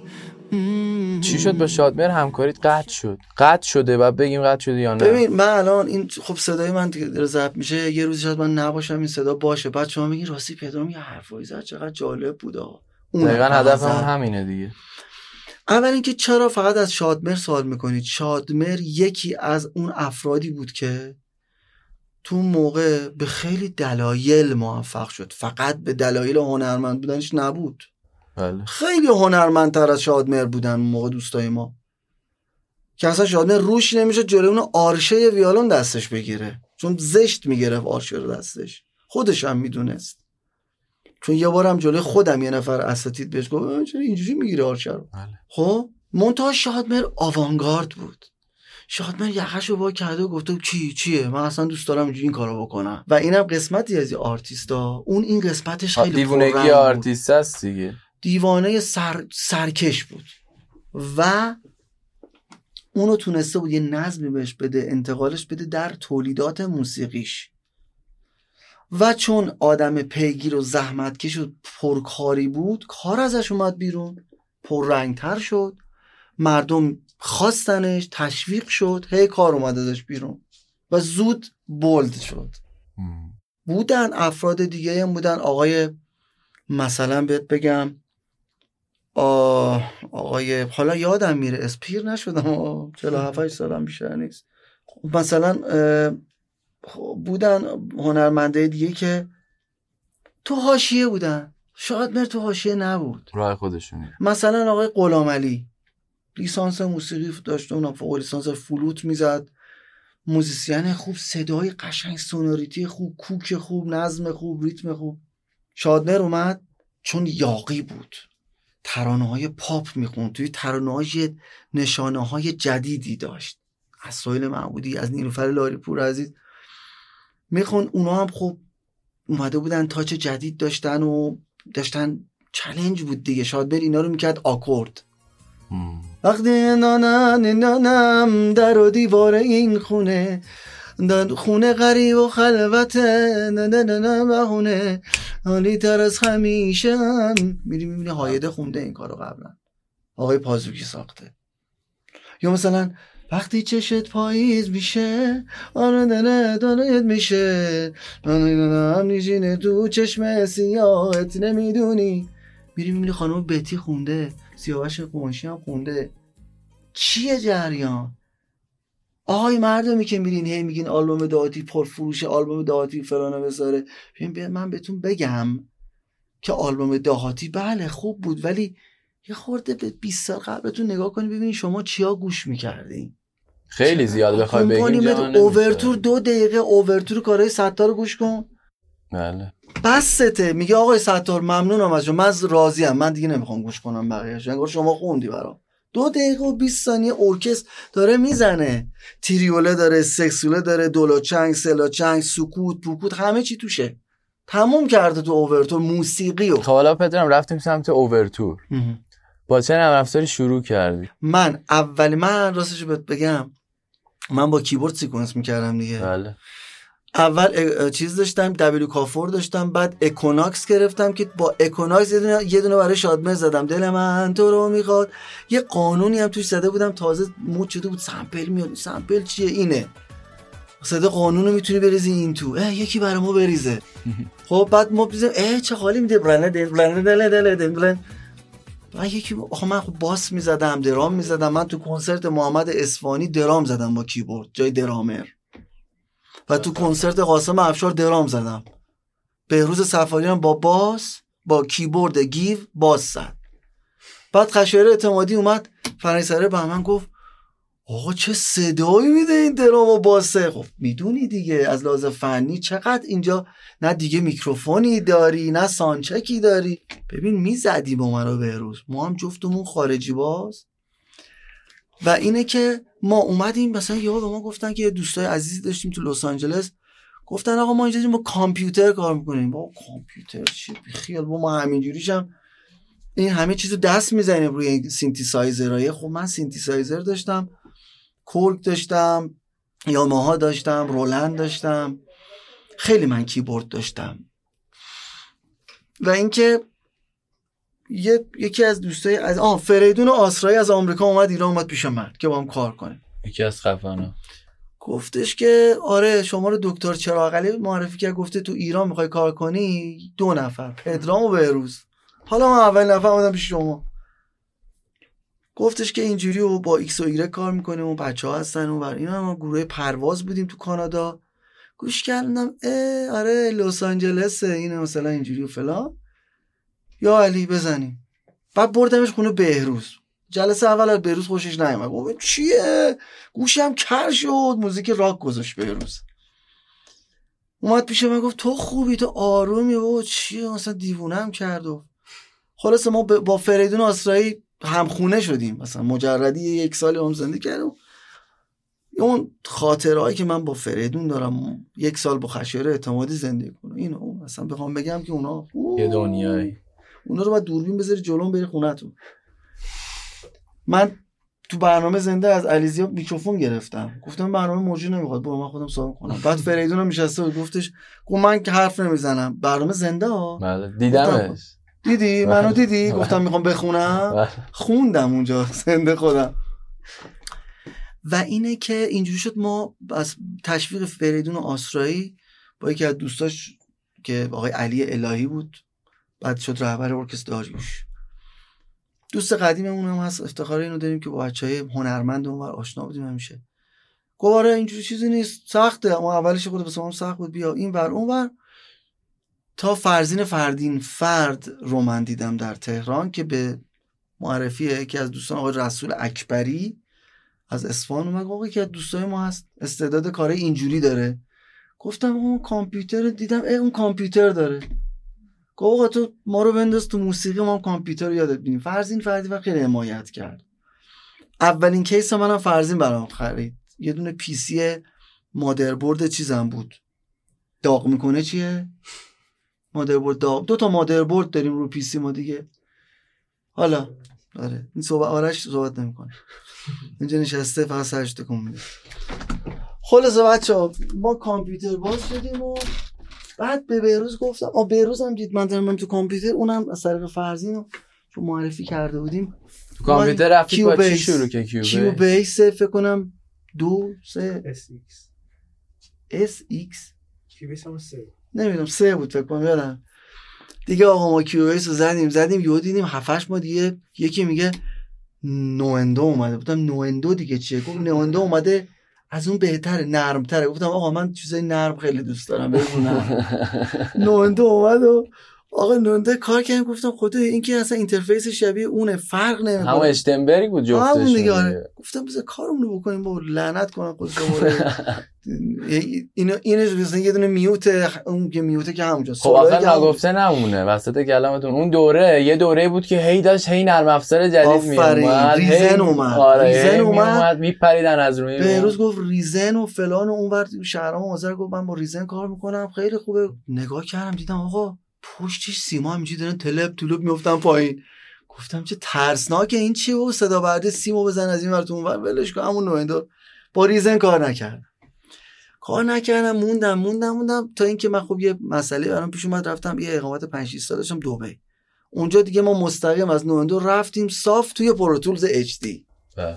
چی شد با شادمهر؟ همکاریت قطع شد. قطع شده و بگیم قطع شده یا نه؟ ببین من الان این خب صدای من داره ضبط میشه، یه روزی شاید من نباشم این صدا باشه، بعد شما میگین راستی پدرام یه حرفایی زد چقدر جالب بود. دقیقاً هدفمون همینه دیگه. اول اینکه چرا فقط از شادمهر سوال میکنید؟ شادمهر یکی از اون افرادی بود که تو موقع به خیلی دلایل موفق شد، فقط به دلایل هنرمند بودنش نبود. بله. خیلی هنرمندتر از شادمهر بودن اون موقع دوستای ما که اصلا شادمهر روش نمیشه جلوی اون آرشه ویولون دستش بگیره، چون زشت میگرفت آرشه رو دستش، خودش هم میدونست. چون یه بارم جلوی خودم یه نفر اساتید بهش گفت چرا اینجوری میگیره آرشه رو. بله. خب منتها شادمهر آوانگارد بود. شادمهر یخشو وا کرده و گفته کی چیه من اصلا دوست دارم اینجوری این کارو بکنم. و اینم قسمتی از آرتیستا، اون این قسمتش خیلی دیوونگی آرتیست است دیگه. دیوانه سر سرکش بود و اونو تونسته بود یه نظمی بهش بده، انتقالش بده در تولیدات موسیقیش. و چون آدم پیگیر و زحمتکش و پرکاری بود، کار ازش اومد بیرون، پررنگتر شد، مردم خواستنش، تشویق شد، هی کار اومد ازش بیرون و زود بولد شد. ام. بودن افراد دیگه هم بودن، آقای مثلا بهت بگم آه آقای حالا یادم میره اسپیر نشدم، چهل و هفت سالم بیشتر نیست. مثلا بودن هنرمنده دیگه که تو حاشیه بودن، شادمهر تو حاشیه نبود، راه خودشونی. مثلا آقای غلامعلی لیسانس موسیقی داشت، اونم فوق لیسانس فلوت میزد، موزیسین خوب، صدای قشنگ، سونوریتی خوب، کوک خوب، نظم خوب، ریتم خوب. شادمهر اومد چون یاغی بود، ترانه‌های پاپ میخوند، توی ترانه‌هاش نشانه‌های جدیدی داشت، از سهیل معبودی، از نیلوفر لاریپور عزیز میخوند. اونا هم خب اومده بودن تاچ جدید داشتن و داشتن چالش بود دیگه. شادمهر اینا رو میکرد آکورد. وقتی نانم نانم در و دیوار این خونه، خونه غریب و خلوته، نه نه نه نه بهونه حالی تر از همیشه. میری میبینی هایده خونده این کارو قبلا، آقای پازوکی ساخته. یا مثلا وقتی چشت پاییز میشه، آره داره دارت میشه، هم نیشینه تو چشم سیاهت نمیدونی. میری میبینی خانم بتی خونده، سیاوش قونشی هم خونده. چیه جریان؟ آهای مردمی که میرین هی میگین آلبوم دعاتی پرفروشه، آلبوم دعاتی فلانه بذاره، من بهتون بگم که آلبوم دهاتی بله خوب بود، ولی یه خورده به بیست سال قبلتون نگاه کنید ببینید شما چیا گوش میکردین. خیلی زیاد بخوای بگیم جان. اوورتور دو دقیقه اوورتور کارهای ستار رو گوش کن. بله بسته. میگه آقای ستار ممنونم از شما، من راضیم، من دیگه نمیخوام گوش کنم بقیه‌اش، انگار شما خوندی برام. دو دقیقه و بیست ثانیه ارکستر داره میزنه، تریوله داره، سکسوله داره، دولا چنگ، سلا چنگ، سکوت، پوکوت، همه چی توشه. تموم کرده تو اوورتور موسیقی رو. خب حالا پدرم رفتیم سمت اوورتور. با چه نرم افزاری شروع کردی؟ من اولی من راستش بهت بگم من با کیبورد سیکونس میکردم دیگه. بله. اول چیز داشتم، دبلیو کافور داشتم، بعد اکوناکس گرفتم که با اکوناکس یه دونه یه دونه برای شادمر زدم، دل من تو رو میخواد. یه قانونی هم توش زده بودم، تازه مود شده بود، سامپل میاد. سامپل چیه؟ اینه صدا قانونو میتونی بریزی این تو، اه یکی برای ما بریزه. خب بعد ما بیزم اه چه حالی میده، برنه دل برنه دل دل دل دل. من یکی آخه من خب باس میزدم، درام میزدم. من تو کنسرت محمد اصفهانی درام زدم با کیبورد جای درامر، و تو کنسرت قاسم افشار درام زدم. بهروز صفاریان با باس با کیبورد گیو باس زد. بعد خشایار اعتمادی اومد فرنگسره به من گفت آقا چه صدایی میده این درام و باسه. خب میدونی دیگه از لحاظ فنی چقدر اینجا نه دیگه میکروفونی داری نه سانچکی داری. ببین میزدی با من رو بهروز، ما هم جفتمون خارجی باز. و اینه که ما اومدیم مثلا یهو به ما گفتن که دوستای عزیزی داشتیم تو لس آنجلس، گفتن آقا ما اینجا با کامپیوتر کار میکنیم. با کامپیوتر چی خیال با ما همینجوریشم این همه چیزو دست میزنیم روی سینتیسایزرای. خب من سینتیسایزر داشتم، کورک داشتم، یاماها داشتم، رولند داشتم، خیلی من کیبورد داشتم. و اینکه یه یکی از دوستای از آن فریدون آسرایی از آمریکا اومد ایران، اومد پیش من که با هم کار کنیم. یکی از خفنا گفتش که آره شما رو دکتر چراغعلی معرفی کرد، گفته تو ایران میخوای کار کنی، دو نفر پدرام و بهروز. حالا من اول نفر اومدم پیش شما. گفتش که اینجوری و با ایکس و ایگرگ کار میکنیم و بچه‌ها هستن و بر اینا. ما گروه پرواز بودیم تو کانادا. گوش کردم اه آره لس آنجلس اینه مثلا اینجوری و فلان، یا علی بزنیم. بعد بردمش خونه بهروز. جلسه اول از بهروز خوشش نیومد، گفت چیه؟ گوشم کر شد، موزیک راک گذاشت بهروز. اومد پیش من گفت تو خوبی، تو آرومی و چیه مثلا دیوونم کرد. و خلاص ما با فریدون آسرایی همخونه شدیم، مثلا مجردی یک سالی هم زندگی کردم. اون خاطرهایی که من با فریدون دارم، یک سال با خشایار اعتمادی زندگی کنم، اینو مثلا بخوام بگم که اونا یه دنیایی، اونا رو باید دوربین بذاری جلوم بری خونه‌تون. من تو برنامه زنده از علیزیا میکروفون گرفتم، گفتم برنامه موجود نمیخواد، برو من خودم صاحب کنم. بعد فریدون هم نشسته بود گفتش گفت من که حرف نمیزنم، برنامه زنده ها. بله دیدمش. دیدی منو دیدی؟ گفتم میخوام بخونم، خوندم اونجا زنده خودم. و اینه که اینجوری شد ما از تشویق فریدون آسرایی با یکی از دوستاش که آقای علی الهی بود، بعد شد رهبر ارکستر داریوش، دوست قدیممون هم هست، افتخار اینو داریم که با بچهای هنرمند اونور آشنا بودیم همیشه. گفت آره اینجوری چیزی نیست، سخته، اما اولش خود بسام سخت بود، بیا این ور اون ور. تا فرزین فردین فرد رو من دیدم در تهران که به معرفی یکی از دوستان آقای رسول اکبری از اصفهان اومد، گفت یکی از دوستای ما هست استعداد کار اینجوری داره. گفتم اون کامپیوتر دیدم، ای اون کامپیوتر داره. گفت آقا تو ما رو بنداز تو موسیقی، ما هم کامپیوتر رو یادت بدیم. فرزین فردی و خیلی حمایت کرد. اولین کیس منم فرزین برام خرید، یه دونه پی سی مادربرد چیزم بود، داغ میکنه چیه مادربرد داغ، دو تا مادربرد داریم رو پی سی ما دیگه. حالا آره این صحبت آرش صحبت نمیکنه اینجا نشسته فقط سرش تکون میده. خلاص بچه‌ها ما کامپیوتر باز شدیم و بعد به بهروز گفتم، آ بهروز هم دید من دارم تو کامپیوتر، اونم از طریق فرزین رو چون معرفی کرده بودیم تو کامپیوتر رفتی با چی شروع که کیو کیو بیس فکر کنم دو سه اس ایکس اس ایکس کیو بیس هم سه نمیدونم سه بود فکر کنم یادم دیگه. آقا ما کیو بیس رو زدیم زدیم یهو دیدیم هفتش ما دیگه یکی میگه نوئندو اومده. گفتم نوئندو دیگه چیه؟ گفت نوئندو اومده از اون بهتره، نرم‌تره. گفتم آقا من چیزای نرم خیلی دوست دارم بگونم. نوئندو اومد و آقا نوئندو کار کردم. گفتم خدا این که اصلا اینترفیس شبیه اونه، فرق نمیکنه. همون اشتنبرگ بود جفتش دیگه. گفتم بذار کارمون بکنیم با لعنت کنم خودش دوباره. اینو اینو مثلا یه دونه میوت، اون که میوته که همونجا. خب آخر نگفته نمونه وسط کلامتون. اون دوره یه دوره بود که هی داشت هی نرم افزار جدید میومد، ریزن اومد، آره ریزن اومد میپریدن از روی. بهروز گفت ریزن و فلان و اونور شهرام آذر گفت من با ریزن کار میکنم خیلی خوبه. نگاه کردم دیدم آقا پشتش سیما همینجوری دارن تلپ تلوپ میافتن پایین. گفتم چه ترسناکه این چیه و صدا برده سیمو بزن از این ور تو اون ور ولش کن. همون نوئندو با ریزن کار نکردم کار نکردم موندم موندم موندم تا اینکه من خب یه مسئله برام پیش اومد، رفتم یه اقامت پنج شش سال داشتم دبی. اونجا دیگه ما مستقیم از نوئندو رفتیم صاف توی پروتولز اچ دی.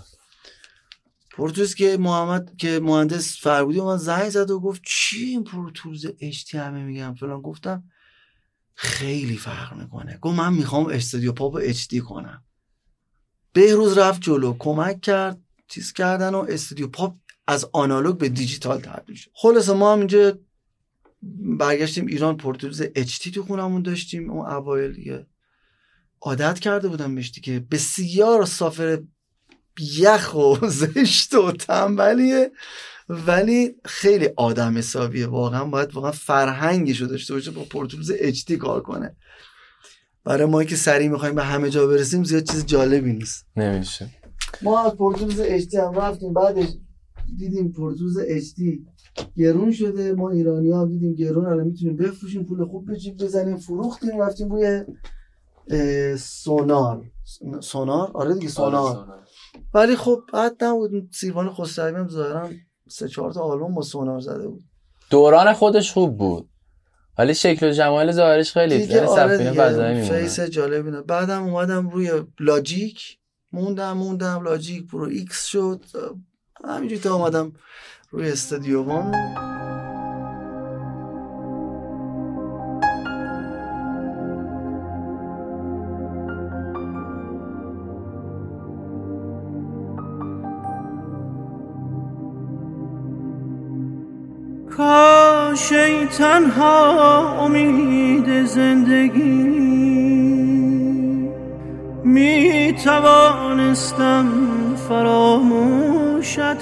پروتولز که محمد که مهندس فربودی من زنگ زد و گفت چی این پروتولز اچ دی همه میگم فلان. گفتم خیلی فرق میکنه. گفت من میخوام استودیو پاپ اچ دی کنم. بهروز رفت جلو کمک کرد چیز کردن و استودیو پاپ از آنالوگ به دیجیتال تبدیل شد. خلاص ما هم اینجا برگشتیم ایران، پروتولز اچ دی تو خونمون داشتیم. اون اوایل دیگه عادت کرده بودم بهش دیگه. بسیار سافر یخ و زشت و تنبلیه ولی خیلی آدم حسابیه. واقعا باید واقعا فرهنگشو داشته باشه با پروتولز اچ دی کار کنه. برای ما که سریع میخوایم به همه جا برسیم زیاد چیز جالبی نیست. نمیشه. ما از پروتولز اچ دی هم رفتیم، بعدش دیدیم پروتولز اچ دی گرون شده. ما ایرانی ها دیدیم گرون، الان میتونیم بفروشیم پول خوب به جیب بزنیم. فروختیم رفتیم روی سونار. سونار آره دیگه سونار. ولی خب بعد نبود. سیروان خسروی هم ظاهرا سه چهار تا آلبوم با سونار زده بود. دوران خودش خوب بود ولی شکل و جمال ظاهرش خیلی صفینه فضایی میمونه. فیس جالبی نه. بعدم اومدم روی لاجیک موندم موندم لاجیک پرو ایکس شد. همینجوری تا اومدم روی استودیو وان. کاش ای تنها امید زندگی می توانستم فراموشت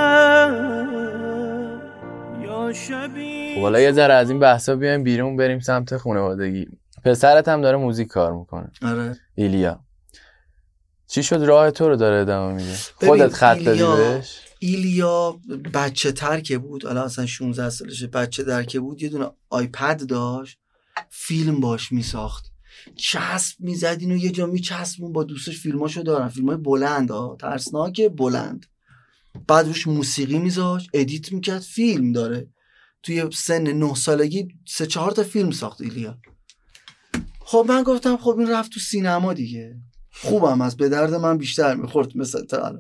کنم یا شبیه. والا یه ذره از این بحثا بیایم بیرون بریم سمت خانوادگی. پسرت هم داره موزیک کار میکنه. آره ایلیا. چی شد راه تو رو داره ادامه میده؟ خودت خط دادی بهش؟ ایلیا بچه تر که بود، الان اصلا شانزده سالشه، بچه در که بود یه دونه آیپد داشت، فیلم باش میساخت، چسب میزد اینو یه جا میچسبون با دوستش. فیلماشو دارن، فیلمای بلند ها ترسناک بلند. بعد روش موسیقی میذاشت ادیت میکرد، فیلم داره. توی سن نه سالگی سه چهار تا فیلم ساخت ایلیا. خب من گفتم خب این رفت تو سینما دیگه، خوبم از به درد من بیشتر میخورد مثلا تا الان.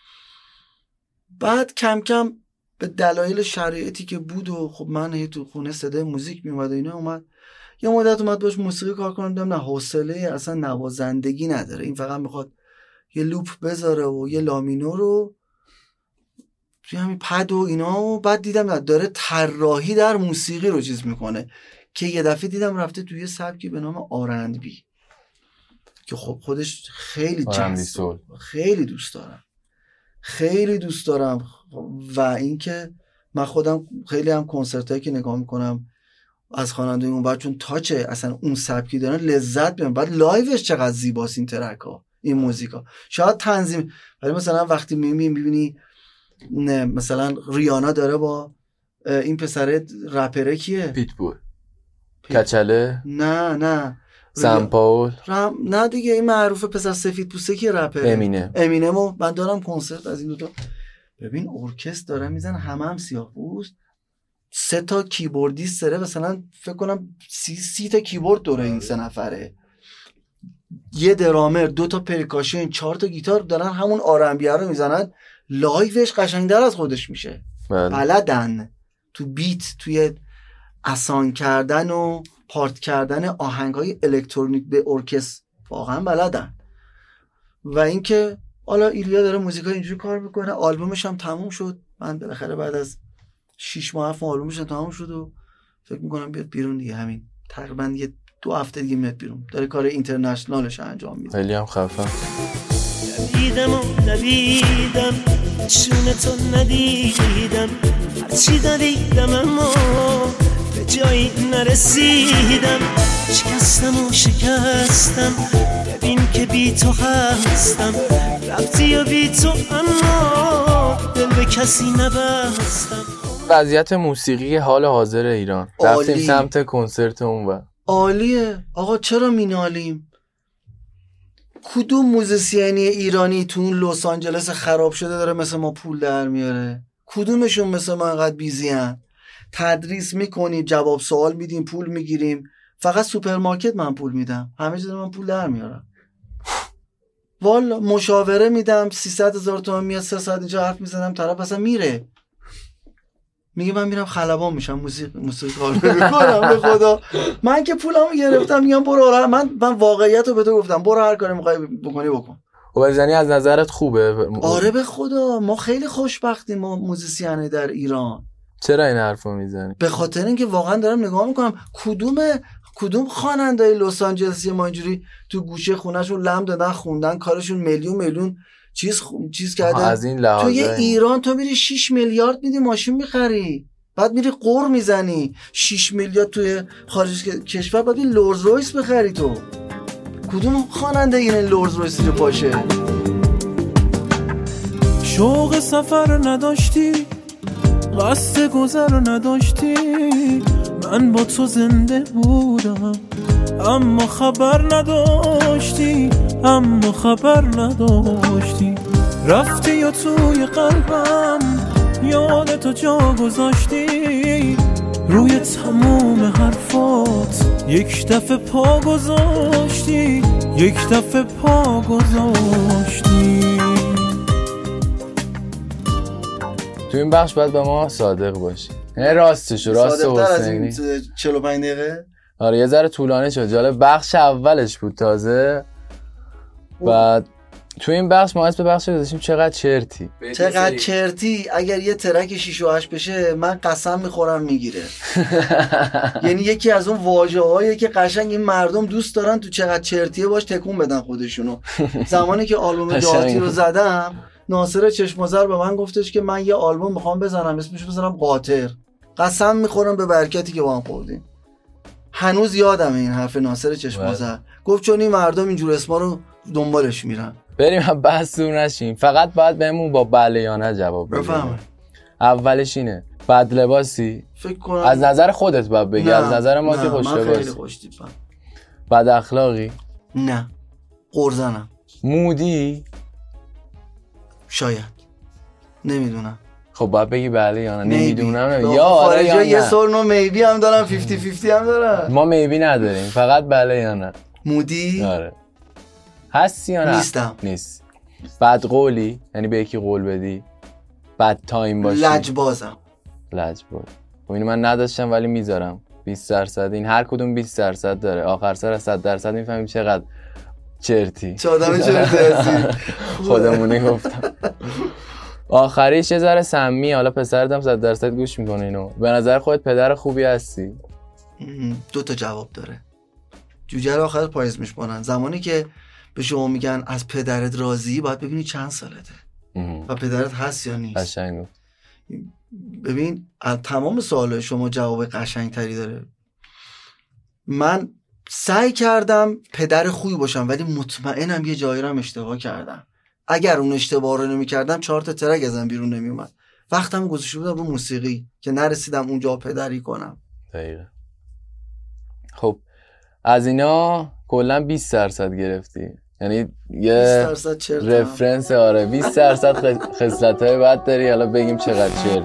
بعد کم کم به دلایل شرایطی که بود و خب من هی تو خونه صدای موزیک میومد و اینا، اومد یه مدت اومد باش موسیقی کار کنم. دیدم نه حوصله اصلا نوازندگی نداره، این فقط میخواد یه لوپ بذاره و یه لامینو رو توی همین پد و اینا. و بعد دیدم نه داره طراحی در موسیقی رو چیز میکنه که یه دفعه دیدم رفته توی سبکی به نام آر اند بی که خب خودش خیلی جذاب، خیلی دوست دارم خیلی دوست دارم. و اینکه من خودم خیلی هم کنسرتایی که نگاه میکنم از خواننده اون بعد چون تاچ اصلا اون سبکی دارن لذت میبرم. بعد لایوش چقدر زیباست این ترک ها، این موزیکا. شاید تنظیم، ولی مثلا وقتی میبینی میبینی نه مثلا ریانا داره با این پسر رپره کیه؟ پیتبول کچله؟ نه نه سن پاول رم... نه دیگه این معروفه پسر سفید پوسته که رپره امینه امینمو من دارم کنسرت از این دوتا. ببین ارکستر داره میزن، همه هم سیاه پوست، سه تا کیبوردیست داره، مثلا فکر کنم سی, سی تا کیبورد داره این سه نفره، یه درامر، دو تا پرکاشن، چهار تا گیتار دارن همون آرنبیه رو میزنن. لایوش قشنگ‌تر از خودش میشه. بلدن تو بیت، توی اسان کردن و پارت کردن آهنگ‌های الکترونیک به ارکستر واقعا بلدن. و اینکه حالا ایلیا داره موزیکای اینجوری کار میکنه. آلبومش هم تموم شد، من بالاخره بعد از شش ماه هفت ماه آلبومش هم تموم شد و فکر میکنم بیاد بیرون دیگه، همین تقریبا یه دو هفته دیگه میاد بیرون. داره کار اینترنشنالش انجام میده. خیلی هم خفن. دیدم و ندیدم، شونه تو ندیدم، هرچی دادیدم اما به جایی نرسیدم. شکستم و شکستم، ببین که بی تو هستم، رفتی و بی تو اما دل به کسی نبستم. وضعیت موسیقی حال حاضر ایران، رفتیم سمت کنسرت اون و عالیه آقا. چرا مینالیم؟ کدوم موزیسیانی ایرانی تو اون لس آنجلس خراب شده داره مثل ما پول در میاره؟ کدومشون مثل ما انقدر بیزی هن؟ تدریس میکنیم، جواب سوال میدیم، پول میگیریم. فقط سوپرمارکت من پول میدم، همه چیز من پول در میارم. والا مشاوره میدم سیصد هزار تومان میاد، سه ساعت اینجا حرف میزنم، طرف اصلا میره میگه من میرم خلبان میشم، موسیقی موسیقی کار میکنم. به خدا من که پولمو گرفتم میگم برو هر من من واقعیت رو به تو گفتم، برو هر کاری میخوای بکنی بکن. و زنی از نظرت خوبه؟ آره به خدا ما خیلی خوشبختیم ما موزیسین در ایران. چرا این حرفو میزنی؟ به خاطر اینکه واقعا دارم نگاه میکنم کدوم کدوم خواننده‌های لس آنجلسی ما اینجوری تو گوشه خونه‌شون لم دادن خوندن، کارشون میلیون میلیون چیز خ... چیز کرده. از این لحاظه تو یه ایران تو میری شش میلیارد میدی ماشین میخری، بعد میری قور میزنی. شش میلیارد توی خارج کشور بعد این لورز رویس بخری. تو کدوم خواننده این لورز رویس رو پاشه؟ شوق سفر رو نداشتی، قصد گذر رو نداشتی، من با تو زنده بودم اما خبر نداشتی، اما خبر نداشتی. رفتی یا توی قلبم یادتو جا گذاشتی، روی تموم حرفات یک دفعه پا گذاشتی، یک دفعه پا گذاشتی. تو این بخش باید به ما صادق باشی، نه راستشو، راست حسینی. چهل و پنج دقیقه آره یه ذره طولانی شد. جالب بخش اولش بود تازه. بعد تو این بخش ما اسم بخش گذاشتیم چقدر چرتی. چقدر چرتی. اگر یه ترک شیش و هشت بشه من قسم میخورم میگیره. یعنی یکی از اون واژه‌هایی که قشنگ این مردم دوست دارن تو چقدر چرتیه باش تکون بدن خودشونو. زمانی که آلبوم دهاتی رو زدم ناصر چشم‌آذر به من گفتش که من یه آلبوم میخوام بزنم اسمش بزنم قاطر. قسم میخورم به برکتی که با هم خوردیم. هنوز یادم این حرف ناصر چشم‌آذر. گفت چون این مردم اینجور اسما رو دنبالش میرن. بریم بحث دور نشیم، فقط باید بهمون با بله یا نه جواب بدیم. بفهم. اولش اینه بد لباسی؟ فکر کنم از نظر خودت باید بگی، نه. از نظر ما نه. که خوش لباسی. من خیلی خوش تیپم. بد اخلاقی؟ نه. قرزنم. مودی؟ شاید. نمیدونم. خب باید بگی بله یا نه. نمیدونم. یا آره یا نه. یه سورنو میبی هم دارم، پنجاه پنجاه هم دارم. ما میبی نداریم، فقط بله یا نه. مودی؟ آره. هستی یا نه؟ نیستم. نیست. بد قولی؟ یعنی به یکی قول بدی؟ بد تایم باشی؟ لجبازم. لجباز. خب اینو من نداشتم ولی میذارم. بیست درصد. این هر کدوم بیست درصد داره. آخر سر از صد درصد میفهمیم چقدر چرتی. چه آدم چرتی هستی. خودمونی گفتم. آخریش یه ذره سمی. حالا پسردم صد درصد گوش میکنه اینو. به نظر خودت پدر خوبی هستی؟ دو تا جواب داره. جوجه رو آخر پاییز میشمارن. زمانی که به شما میگن از پدرت راضی باید ببینی چند سالته و پدرت هست یا نیست. قشنگ. ببین از تمام سوالای شما جواب قشنگ تری داره. من سعی کردم پدر خوبی باشم ولی مطمئنم یه جایی رو هم اشتباه کردم. اگر اون اشتباه رو نمی کردم چهار تا ترک ازم بیرون نمی اومد. وقتم گذاشته بودم رو موسیقی که نرسیدم اونجا پدری کنم. دقیقه. خب از اینا کلا بیست درصد گرفتی، یعنی یه رفرنس. آره بیست درصد خصلت‌های بد داری. حالا بگیم چقدر چرتی.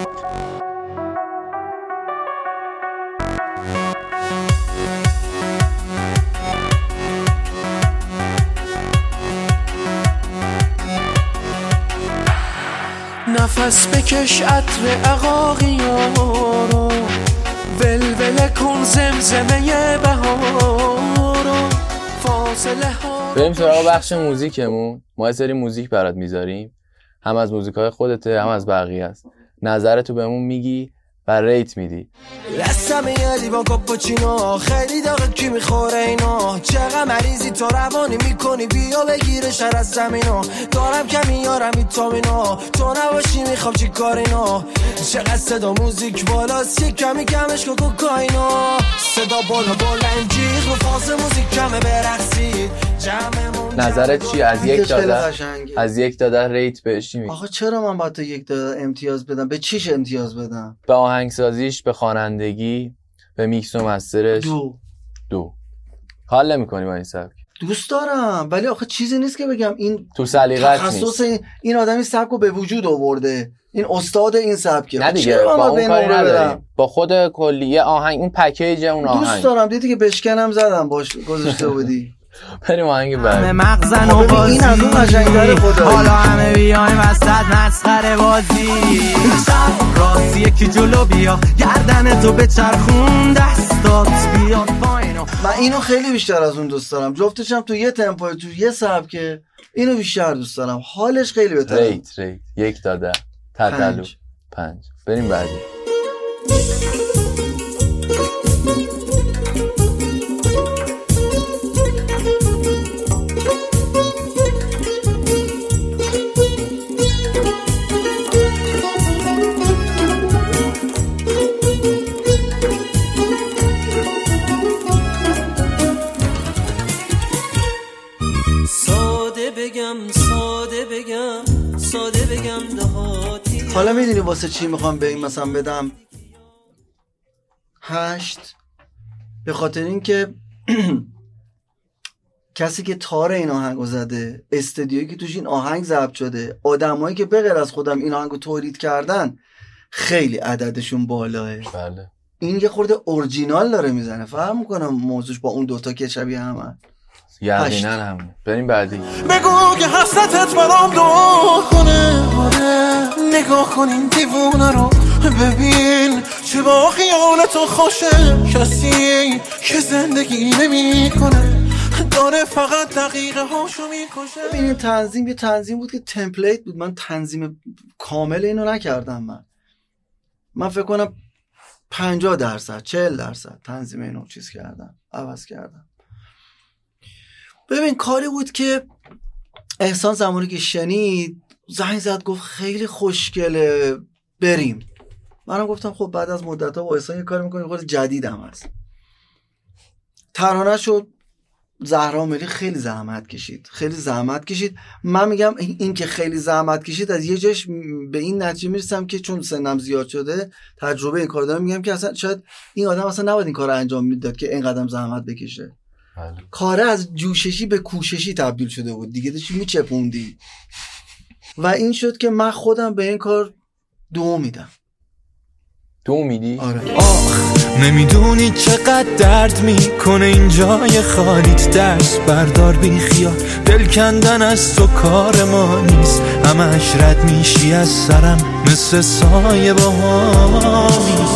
نفس بکش عطر عقاقیارو، ولوله کن زمزمه بهارو، فاصله ها. بریم سراغ بخش موزیکمون. ما یه سری موزیک برات میذاریم، هم از موزیکای خودته هم از بقیه است. نظرتو بهمون میگی و ریت میدی. دستم یه لیوان کاپوچینو، خیلی داغه کی میخوره اینا، چقدر مریضی تو روانی میکنی، بیا بگیره شر از زمینو، دارم کمی یارم ایتامینو، تو نباشی میخوام چی کارینو، چقدر صدا موزیک بالاست یه کمی کمش کو کوکائینو، صدا بالا بالا این جیغ رو فاز موزیک کمه برقصید جمعمون. نظرت چی از یک داده از یک داده ریت بهش چی میگی؟ آخه چرا من باید تا یک داده امتیاز بدم؟ به چیش امتیاز بدم؟ به آهنگسازیش، به خوانندگی، به میکس و مسترش؟ دو دو. حال نمی‌کنی با این سبک؟ دوست دارم ولی آخه چیزی نیست که بگم این تو سلیقت نیست. تخصص این, این آدمی سبکو به وجود آورده، این استاد این سبکه. نه دیگه با اون کاری نداریم، با خود کلیه آهنگ اون پکیج اون آهنگ دوست دارم. دیدی که بشکنم زدم باش گذاشته بودی. بریم آهنگ بعد. همه مغزن و بازی این از اون قشنگ‌تره خدا. حالا همه بیایم وسط مسخره بازی، راستی یکی جلو بیا گردن تو به چرخون دستات بیاد پایین. من اینو خیلی بیشتر از اون دوست دارم. جفتشم تو یه تمپو تو یه سبکه، اینو بیشتر دوست دارم. حالش خیلی بهتره. ریت ریت یک داده تتلو پنج. بریم بعدی. حالا میدونی واسه چی میخوام به این مثلا بدم هشت؟ به خاطر این که کسی که تار این آهنگو زده، استدیویی که توش این آهنگ ضبط شده، آدمایی که به غیر از خودم این آهنگو تولید کردن خیلی عددشون بالاه. بله. این یه خورده اورجینال داره میزنه. فهم میکنم موضوعش با اون دوتا که شبیه همه. یقینا همون. بریم بعدی. بگو که حسرتت برام دو کنه، آره نگاه کن این دیوونه رو ببین چه با خیال تو خوشه، کسی که زندگی نمی کنه داره فقط دقیقه هاشو میکشه. این تنظیم یه تنظیم بود که تمپلیت بود. من تنظیم کامل اینو نکردم. من من فکر کنم پنجاه درصد چهل درصد تنظیم اینو چیز کردم، عوض کردم. ببین کاری بود که احسان زمانی که شنید زنگ زد گفت خیلی خوشگله بریم. منم گفتم خب بعد از مدت ها با احسان یه کاری میکنیم خود جدیدم هست. ترانه شد. زهرا ملی خیلی زحمت کشید خیلی زحمت کشید. من میگم این که خیلی زحمت کشید از یه جاش به این نتیجه میرسم که چون سنم زیاد شده تجربه این کار دارم، میگم که اصلا شاید این آدم اصلا نباید این کار رو انجام میداد که این قدم زحمت بکشه. بله. کاره از جوششی به کوششی تبدیل شده بود دیگه، داشتی میچپوندی و این شد که من خودم به این کار دو میدم. دو میدی؟ آره. آخ نمیدونی چقدر درد میکنه این جای خالیت، دست بردار بی خیال، دل کندن از تو کار ما نیست، همش رد میشی از سرم مثل سایه باهامی،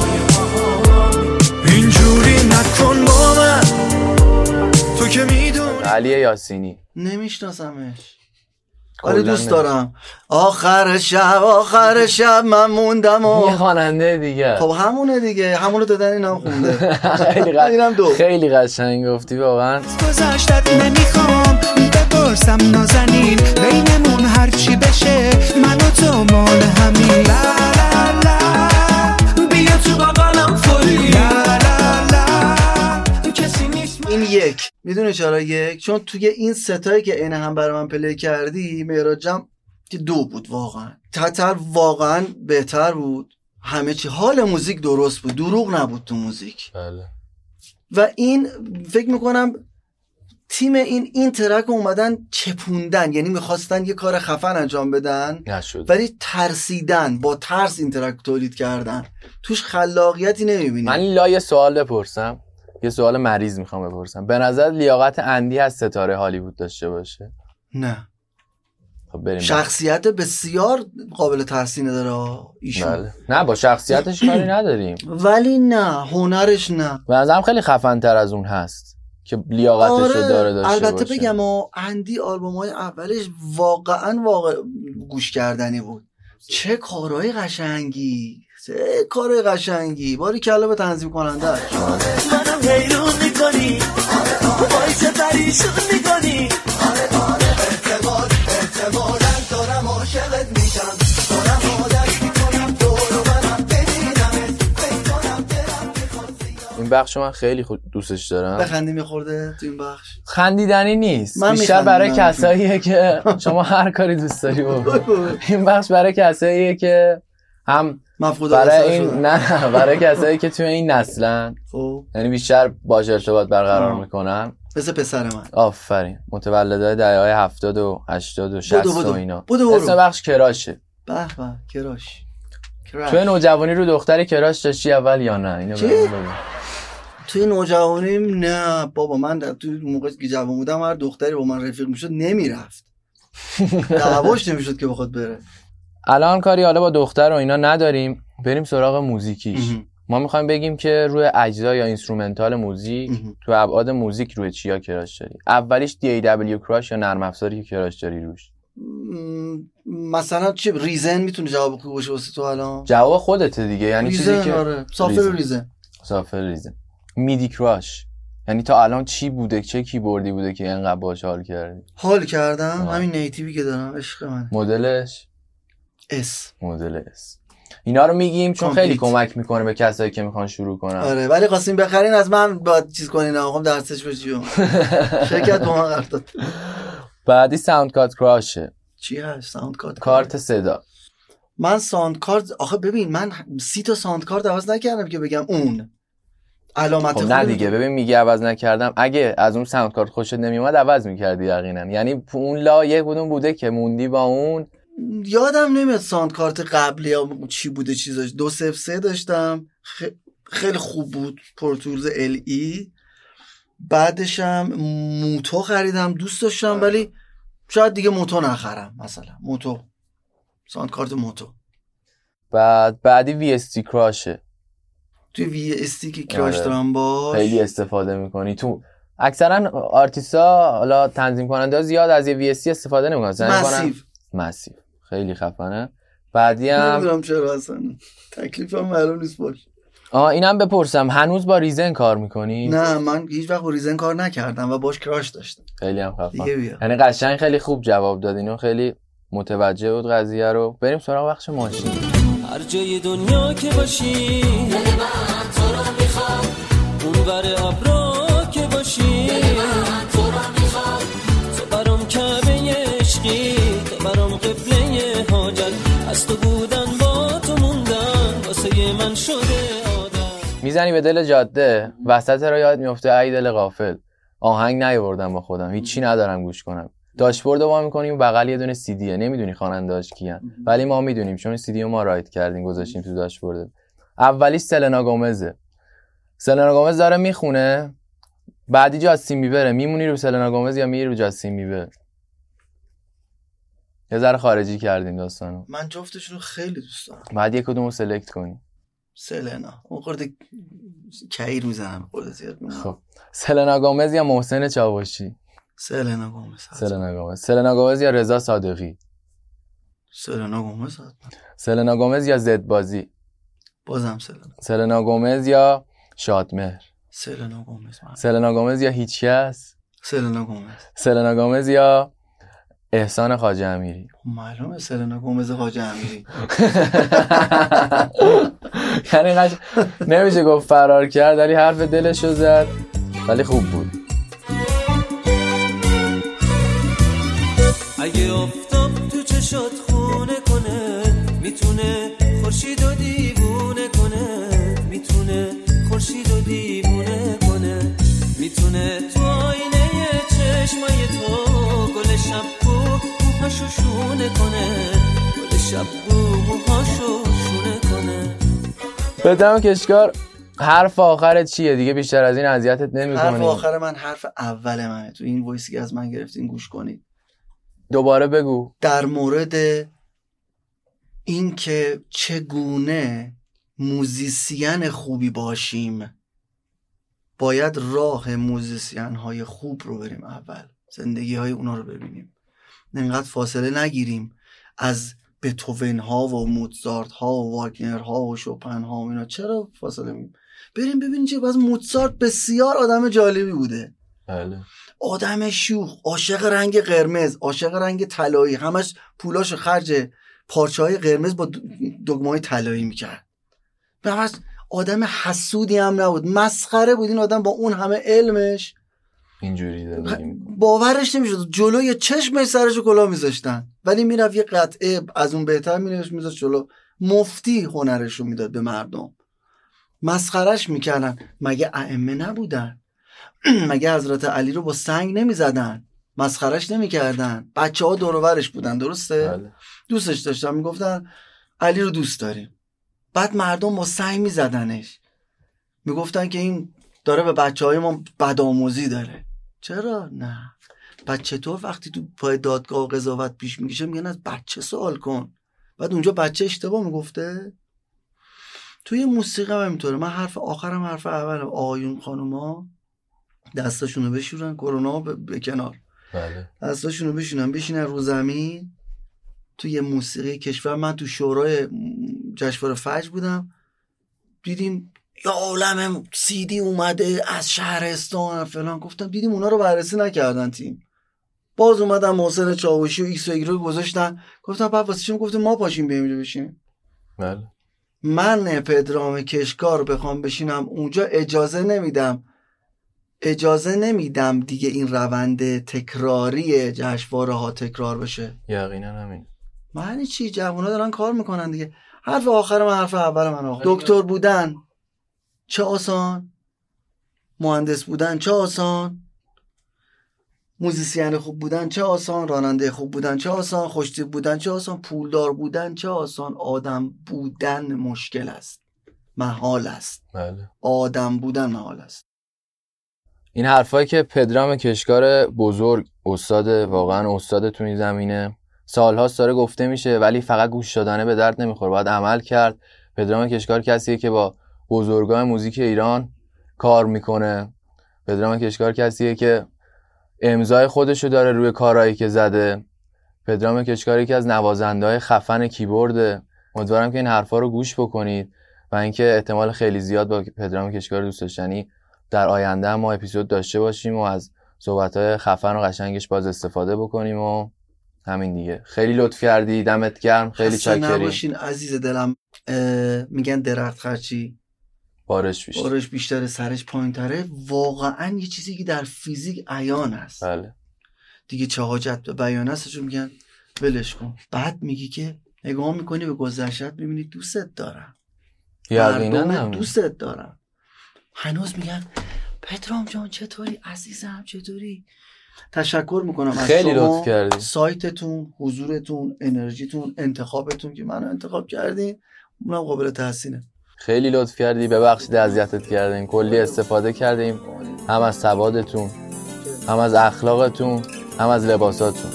اینجوری نکن با من تو که میدونی. علی یاسینی. نمیشناسمش ولی دوست دارم. آخر شب آخر شب من موندم و یه خواننده دیگه. خب همونه دیگه، همونو دادن اینم خونده. خیلی قشنگ. اینم دو. خیلی قشنگ گفتی واقعا. گذشتت نمیخوام بپرسم نازنین، بینمون هرچی بشه من و تو مال همین. لا لا لا بیا تو بغلم فوری. لا لا لا کسی نیست. این یک. میدونی چرا یک؟ چون توی این ستایی که عین هم برای من پلی کردی مهراجم که دو بود واقعا. تتر واقعا بهتر بود. همه چی حال موزیک درست بود، دروغ نبود تو موزیک. بله. و این فکر میکنم تیم این این ترک اومدن چپوندن، یعنی میخواستن یه کار خفن انجام بدن نشد. ولی ترسیدن، با ترس این ترک تولید کردن، توش خلاقیتی نمیبینی. من لا یه سوال بپرسم، یه سوال مریض میخوام بپرسم. به نظر لیاقت اندی از ستاره هالیوود داشته باشه؟ نه. خب بریم. شخصیت بسیار قابل تحسین داره ایشون. بله. نه با شخصیتش کاری نداریم ولی نه هنرش نه. به نظرم خیلی خفن تر از اون هست. که لیاقتش رو آره داره داشته البته باشه. بگم و اندی آلبوم‌های اولش واقعا واقع گوش کردنی بود. چه کارهای قشنگی، چه کارهای قشنگی، باری کلا به تنظیم کننده منم حیرون میکنی وایس پریشون میکنی احتمال احتمالاً دارم عاشقت میشم دارم عادت میکنم دور و برم ببینمت فکر کنم دلم میخواد. این بخش من خیلی خود دوستش دارم. بخندی میخورده تو این بخش؟ خندیدنی نیست، من بیشتر برای میخندم. کساییه که شما هر کاری دوست داری بکن. این بخش برای کساییه که هم مفقود برای این شدن. نه برای کسایی که توی این نسلن، خب یعنی بیشتر باش ارتباط برقرار آه. میکنن. مثل پسر من. آفرین، متولدای دهه‌های هفتاد و هشتاد و شصت و اینا. بودو برو. اسم بخش کراشه. به به کراش. کراش. توی نوجوانی رو دختری کراش داشتی اول یا نه؟ اینو چی؟ بگو بگو. توی نوجوانیم نه بابا، من توی موقعی که جوان بودم هر دختری با من رفیق میشد نمیرفت. دعواش نمیشد که بخواد بره. الان کاری حالا با دختر و اینا نداریم، بریم سراغ موزیکیش. ما میخوایم بگیم که روی اجزا یا اینسترومنتال موزیک، تو ابعاد موزیک روی چیا کراش داری؟ اولیش دی ای دبلیو کراش یا نرم افزاری که کراش داری روش؟ مثلا چه ریزن میتونه جواب خوب باشه واسه تو الان؟ جواب خودته دیگه، یعنی چیزی ریزن که آره. سافر ریزن. سافر ریزن. میدی کراش یعنی تا الان چی بوده، چه کیبوردی بوده که اینقدر باهاش حال کردی؟ حال کردم همین نیتیوی که دارم، عشق من. مدلش اس مدل اس. اینا رو میگیم چون کامپلیت. خیلی کمک میکنه به کسایی که میخوان شروع کنن. آره ولی خواستیم بخرین از من باید چیز کنین، آقام درسش بشیم. شرکت با من قرار داد. بعدی ساوند کارت کراشه. چی هست ساوند کارت؟ کارت صدا. من ساوند کارت آخه ببین من سی تا ساوند کارت عوض نکردم که بگم اون علامت خب نه دیگه، ببین میگه عوض نکردم، اگه از اون ساوند کارت خوشت نمیومد عوض میکردی یقینا. یعنی اون لا یه کدوم بوده که موندی با اون. یادم نمیاد ساوند کارت قبلی یا چی بوده چیزاش. دو صفر سه داشتم خ... خیلی خوب بود، پروتولز ال ای. بعدشم موتو خریدم دوست داشتم ولی شاید دیگه موتو نخرم، مثلا موتو ساوند کارت موتو. بعد بعدی وی اس تی کراشه. توی وی اس تی که کراش آره. دارم باش خیلی استفاده میکنی تو. اکثرا آرتیستا حالا تنظیم کننده زیاد از یه وی اس تی استفاده نمیکنن. مسیو مسیو خیلی خفنه. بعدی هم نمیدونم چرا اصلا تکلیفم معلوم نیست باش. آه اینم بپرسم، هنوز با ریزن کار میکنی؟ نه من هیچ وقت با ریزن کار نکردم و باش کراش داشتم. خیلی هم خفن. دیگه بیا. یعنی قشنگ خیلی خوب جواب داد، اینو خیلی متوجه بود قضیه رو. بریم سراغ بخش ماشین. هر جای دنیا که باشی دل من تو رو میخواد، اون ور ابرا که باشی دل من تو رو میخواد، تو برام کعبه عشقی، تو برام قبله حاجت، از تو بودن با تو موندن واسه من شده عادت. میزنی به دل جاده، وسط را یاد میفته ای دل غافل، آهنگ نیاوردم با خودم، هیچی ندارم گوش کنم. داشبورد رو وا می‌کنیم، بغل یه دونه سی دیه، نمیدونی خواننده‌اش کیان ولی ما میدونیم چون سی دی رو ما رایت کردیم گذاشتیم تو داشبورد. اولیش سلنا گومزه. سلنا گومز داره میخونه، بعدی جاستین بیبره. میمونی رو سلنا گومز یا میری رو جاستین بیبر؟ یه ذره خارجی کردیم داستانو. من جفتشون رو خیلی دوست دارم. بعد یک کدومو سلکت کنی. سلنا اون خورده کیر میزنم خورده زیاد. خب سلنا گومز یا محسن چاوشی؟ سلنا گومز. سلنا گومز. سلنا گومز یا رضا صادقی؟ سلنا گومز. سلنا گومز یا زد بازی؟ بازم سلنا. سلنا گومز یا شادمهر؟ سلنا گومز. سلنا گومز یا هیچکس؟ سلنا گومز. سلنا گومز یا احسان خواجه امیری؟ معلومه سلنا گومز خواجه امیری. یعنی قش نمیشه گفت فرار کرد ولی حرف دلشو زد، ولی خوب بود. اگه آفتاب تو چشات خونه کنه، میتونه خورشید و دیوونه کنه، میتونه خورشید و دیوونه کنه، میتونه تو آینه چشمای تو گل شب بو موهاشو شونه کنه، گل شب بو موهاشو شونه کنه. بدم کشکار حرف آخرت چیه دیگه؟ بیشتر از این اذیتت نمی‌کنی؟ حرف آخر من حرف اول منه. تو این وایسی که از من گرفتین گوش کنید. دوباره بگو. در مورد این که چگونه موزیسین خوبی باشیم. باید راه موزیسین های خوب رو بریم اول، زندگی های اونا رو ببینیم، انقدر فاصله نگیریم از بتوون ها و موزارت ها و واگنر ها و شوپن ها و اینا. چرا فاصله میگیریم؟ بریم ببینیم چه. باز موزارت بسیار آدم جالبی بوده. بله. آدم شوخ، عاشق رنگ قرمز، عاشق رنگ طلایی، همش پولاشو خرج پارچه‌های قرمز با دگمه‌های طلایی میکرد. بعد آدم حسودی هم نبود، مسخره بود این آدم با اون همه علمش. اینجوری زندگی میکنه، باورش نمیشد. جلوی چشمش سرشو کلاه میذاشتن، ولی میرفت یه قطعه از اون بهتر مینوشت میذاشت جلو. مفتی هنرشو میداد به مردم، مسخرش میکردن. مگه ائمه نبودن؟ مگه حضرت علی رو با سنگ نمیزدن؟ مسخرش نمیکردن؟ بچه ها دور و برش بودن، درسته؟ بله. دوستش داشتن، میگفتن علی رو دوست داریم. بعد مردم با سنگ میزدنش، میگفتن که این داره به بچه های ما بدآموزی داره. چرا؟ نه. بعد چطور وقتی تو پای دادگاه و قضاوت پیش میکشه میگن از بچه سوال کن؟ بعد اونجا بچه اشتباه میگفته؟ توی موسیقی هم همینطوره. من حرف آخرم حرف اولم. آقایون خانوما دستاشونو بشورن، کرونا به, به کنار. بله. دستاشونو بشونن، بشینن رو زمین. توی موسیقی کشور، من تو شورای جشنواره فجر بودم، دیدیم یا عالم سیدی اومده از شهرستان فلان. گفتم دیدیم اونا رو بررسی نکردن تیم. باز اومدن محسن چاوشی و ایکس و ایگرو گذاشتن. گفتم بعد واسه چی گفتیم ما پاشیم بریم اونجا بشینیم؟ بله. من پدرام کشکار بخوام بشینم اونجا اجازه نمیدم. اجازه نمیدم دیگه این روند تکراری جشنواره ها تکرار بشه. یقینا همین. معنی چی؟ جوونا دارن کار میکنن دیگه. حرف آخر من حرف اول من آخر. دکتر بودن چه آسان، مهندس بودن چه آسان، موزیسین خوب بودن چه آسان، راننده خوب بودن چه آسان، خوشتیپ بودن چه آسان، پولدار بودن چه آسان. آدم بودن مشکل است، محال است. بله. آدم بودن محال است. این حرفایی که پدرام کشکار بزرگ، استاد، واقعا استاد تو این زمینه، سالهاست داره گفته میشه، ولی فقط گوش دادنه به درد نمیخوره، باید عمل کرد. پدرام کشکار کسیه که با بزرگان موزیک ایران کار میکنه. پدرام کشکار کسیه که امضای خودشو داره روی کارهایی که زده. پدرام کشکار یکی از نوازنده‌های خفن کیبورد. امیدوارم که این حرفا رو گوش بکنید و اینکه احتمال خیلی زیاد با پدرام کشکار دوست داشتنی در آینده ما اپیزود داشته باشیم و از صحبت‌های خفن و قشنگش باز استفاده بکنیم. و همین دیگه. خیلی لطف کردی، دمت گرم، خیلی چاکریم. نباشین عزیز دلم. میگن درخت خرچی بارش بیشتر، بارش بیشتره سرش پایین تره. واقعا یه چیزی که در فیزیک عیان است. بله. دیگه چه حاجت به بیان است. میگن ولش کن. بعد میگی که نگاه میکنی به گذشتت، میبینی دوستت دارم، یقینا دوستت دارم. هنوز میگن پدرام جان چطوری عزیزم، چطوری؟ تشکر میکنم از خیلی شما، لطف کردی. سایتتون، حضورتون، انرژیتون، انتخابتون که منو انتخاب کردین، اونم قابل تحسینه. خیلی لطف کردی. ببخشید اذیتت کردیم، کلی استفاده کردیم، هم از سوادتون، هم از اخلاقتون، هم از لباساتون.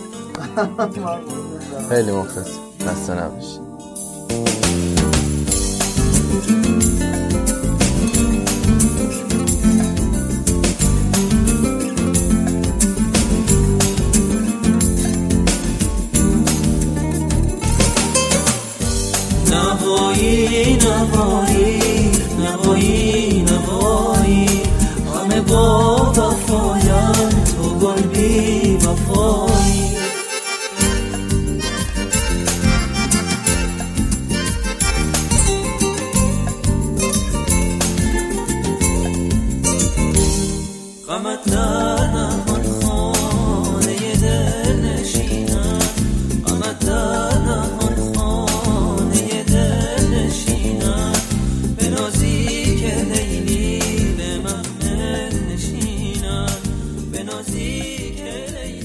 خیلی مخلصیم. خسته نباشید. نوایی نوایی نوایی نوایی همه با وفایم، تو گل بی وفایی. غمت در نهان خانه دل نشینم، غمت در نهان خانه دل نشینم، به نازی که لیلی به محمل نشینم، به نازی که لیلی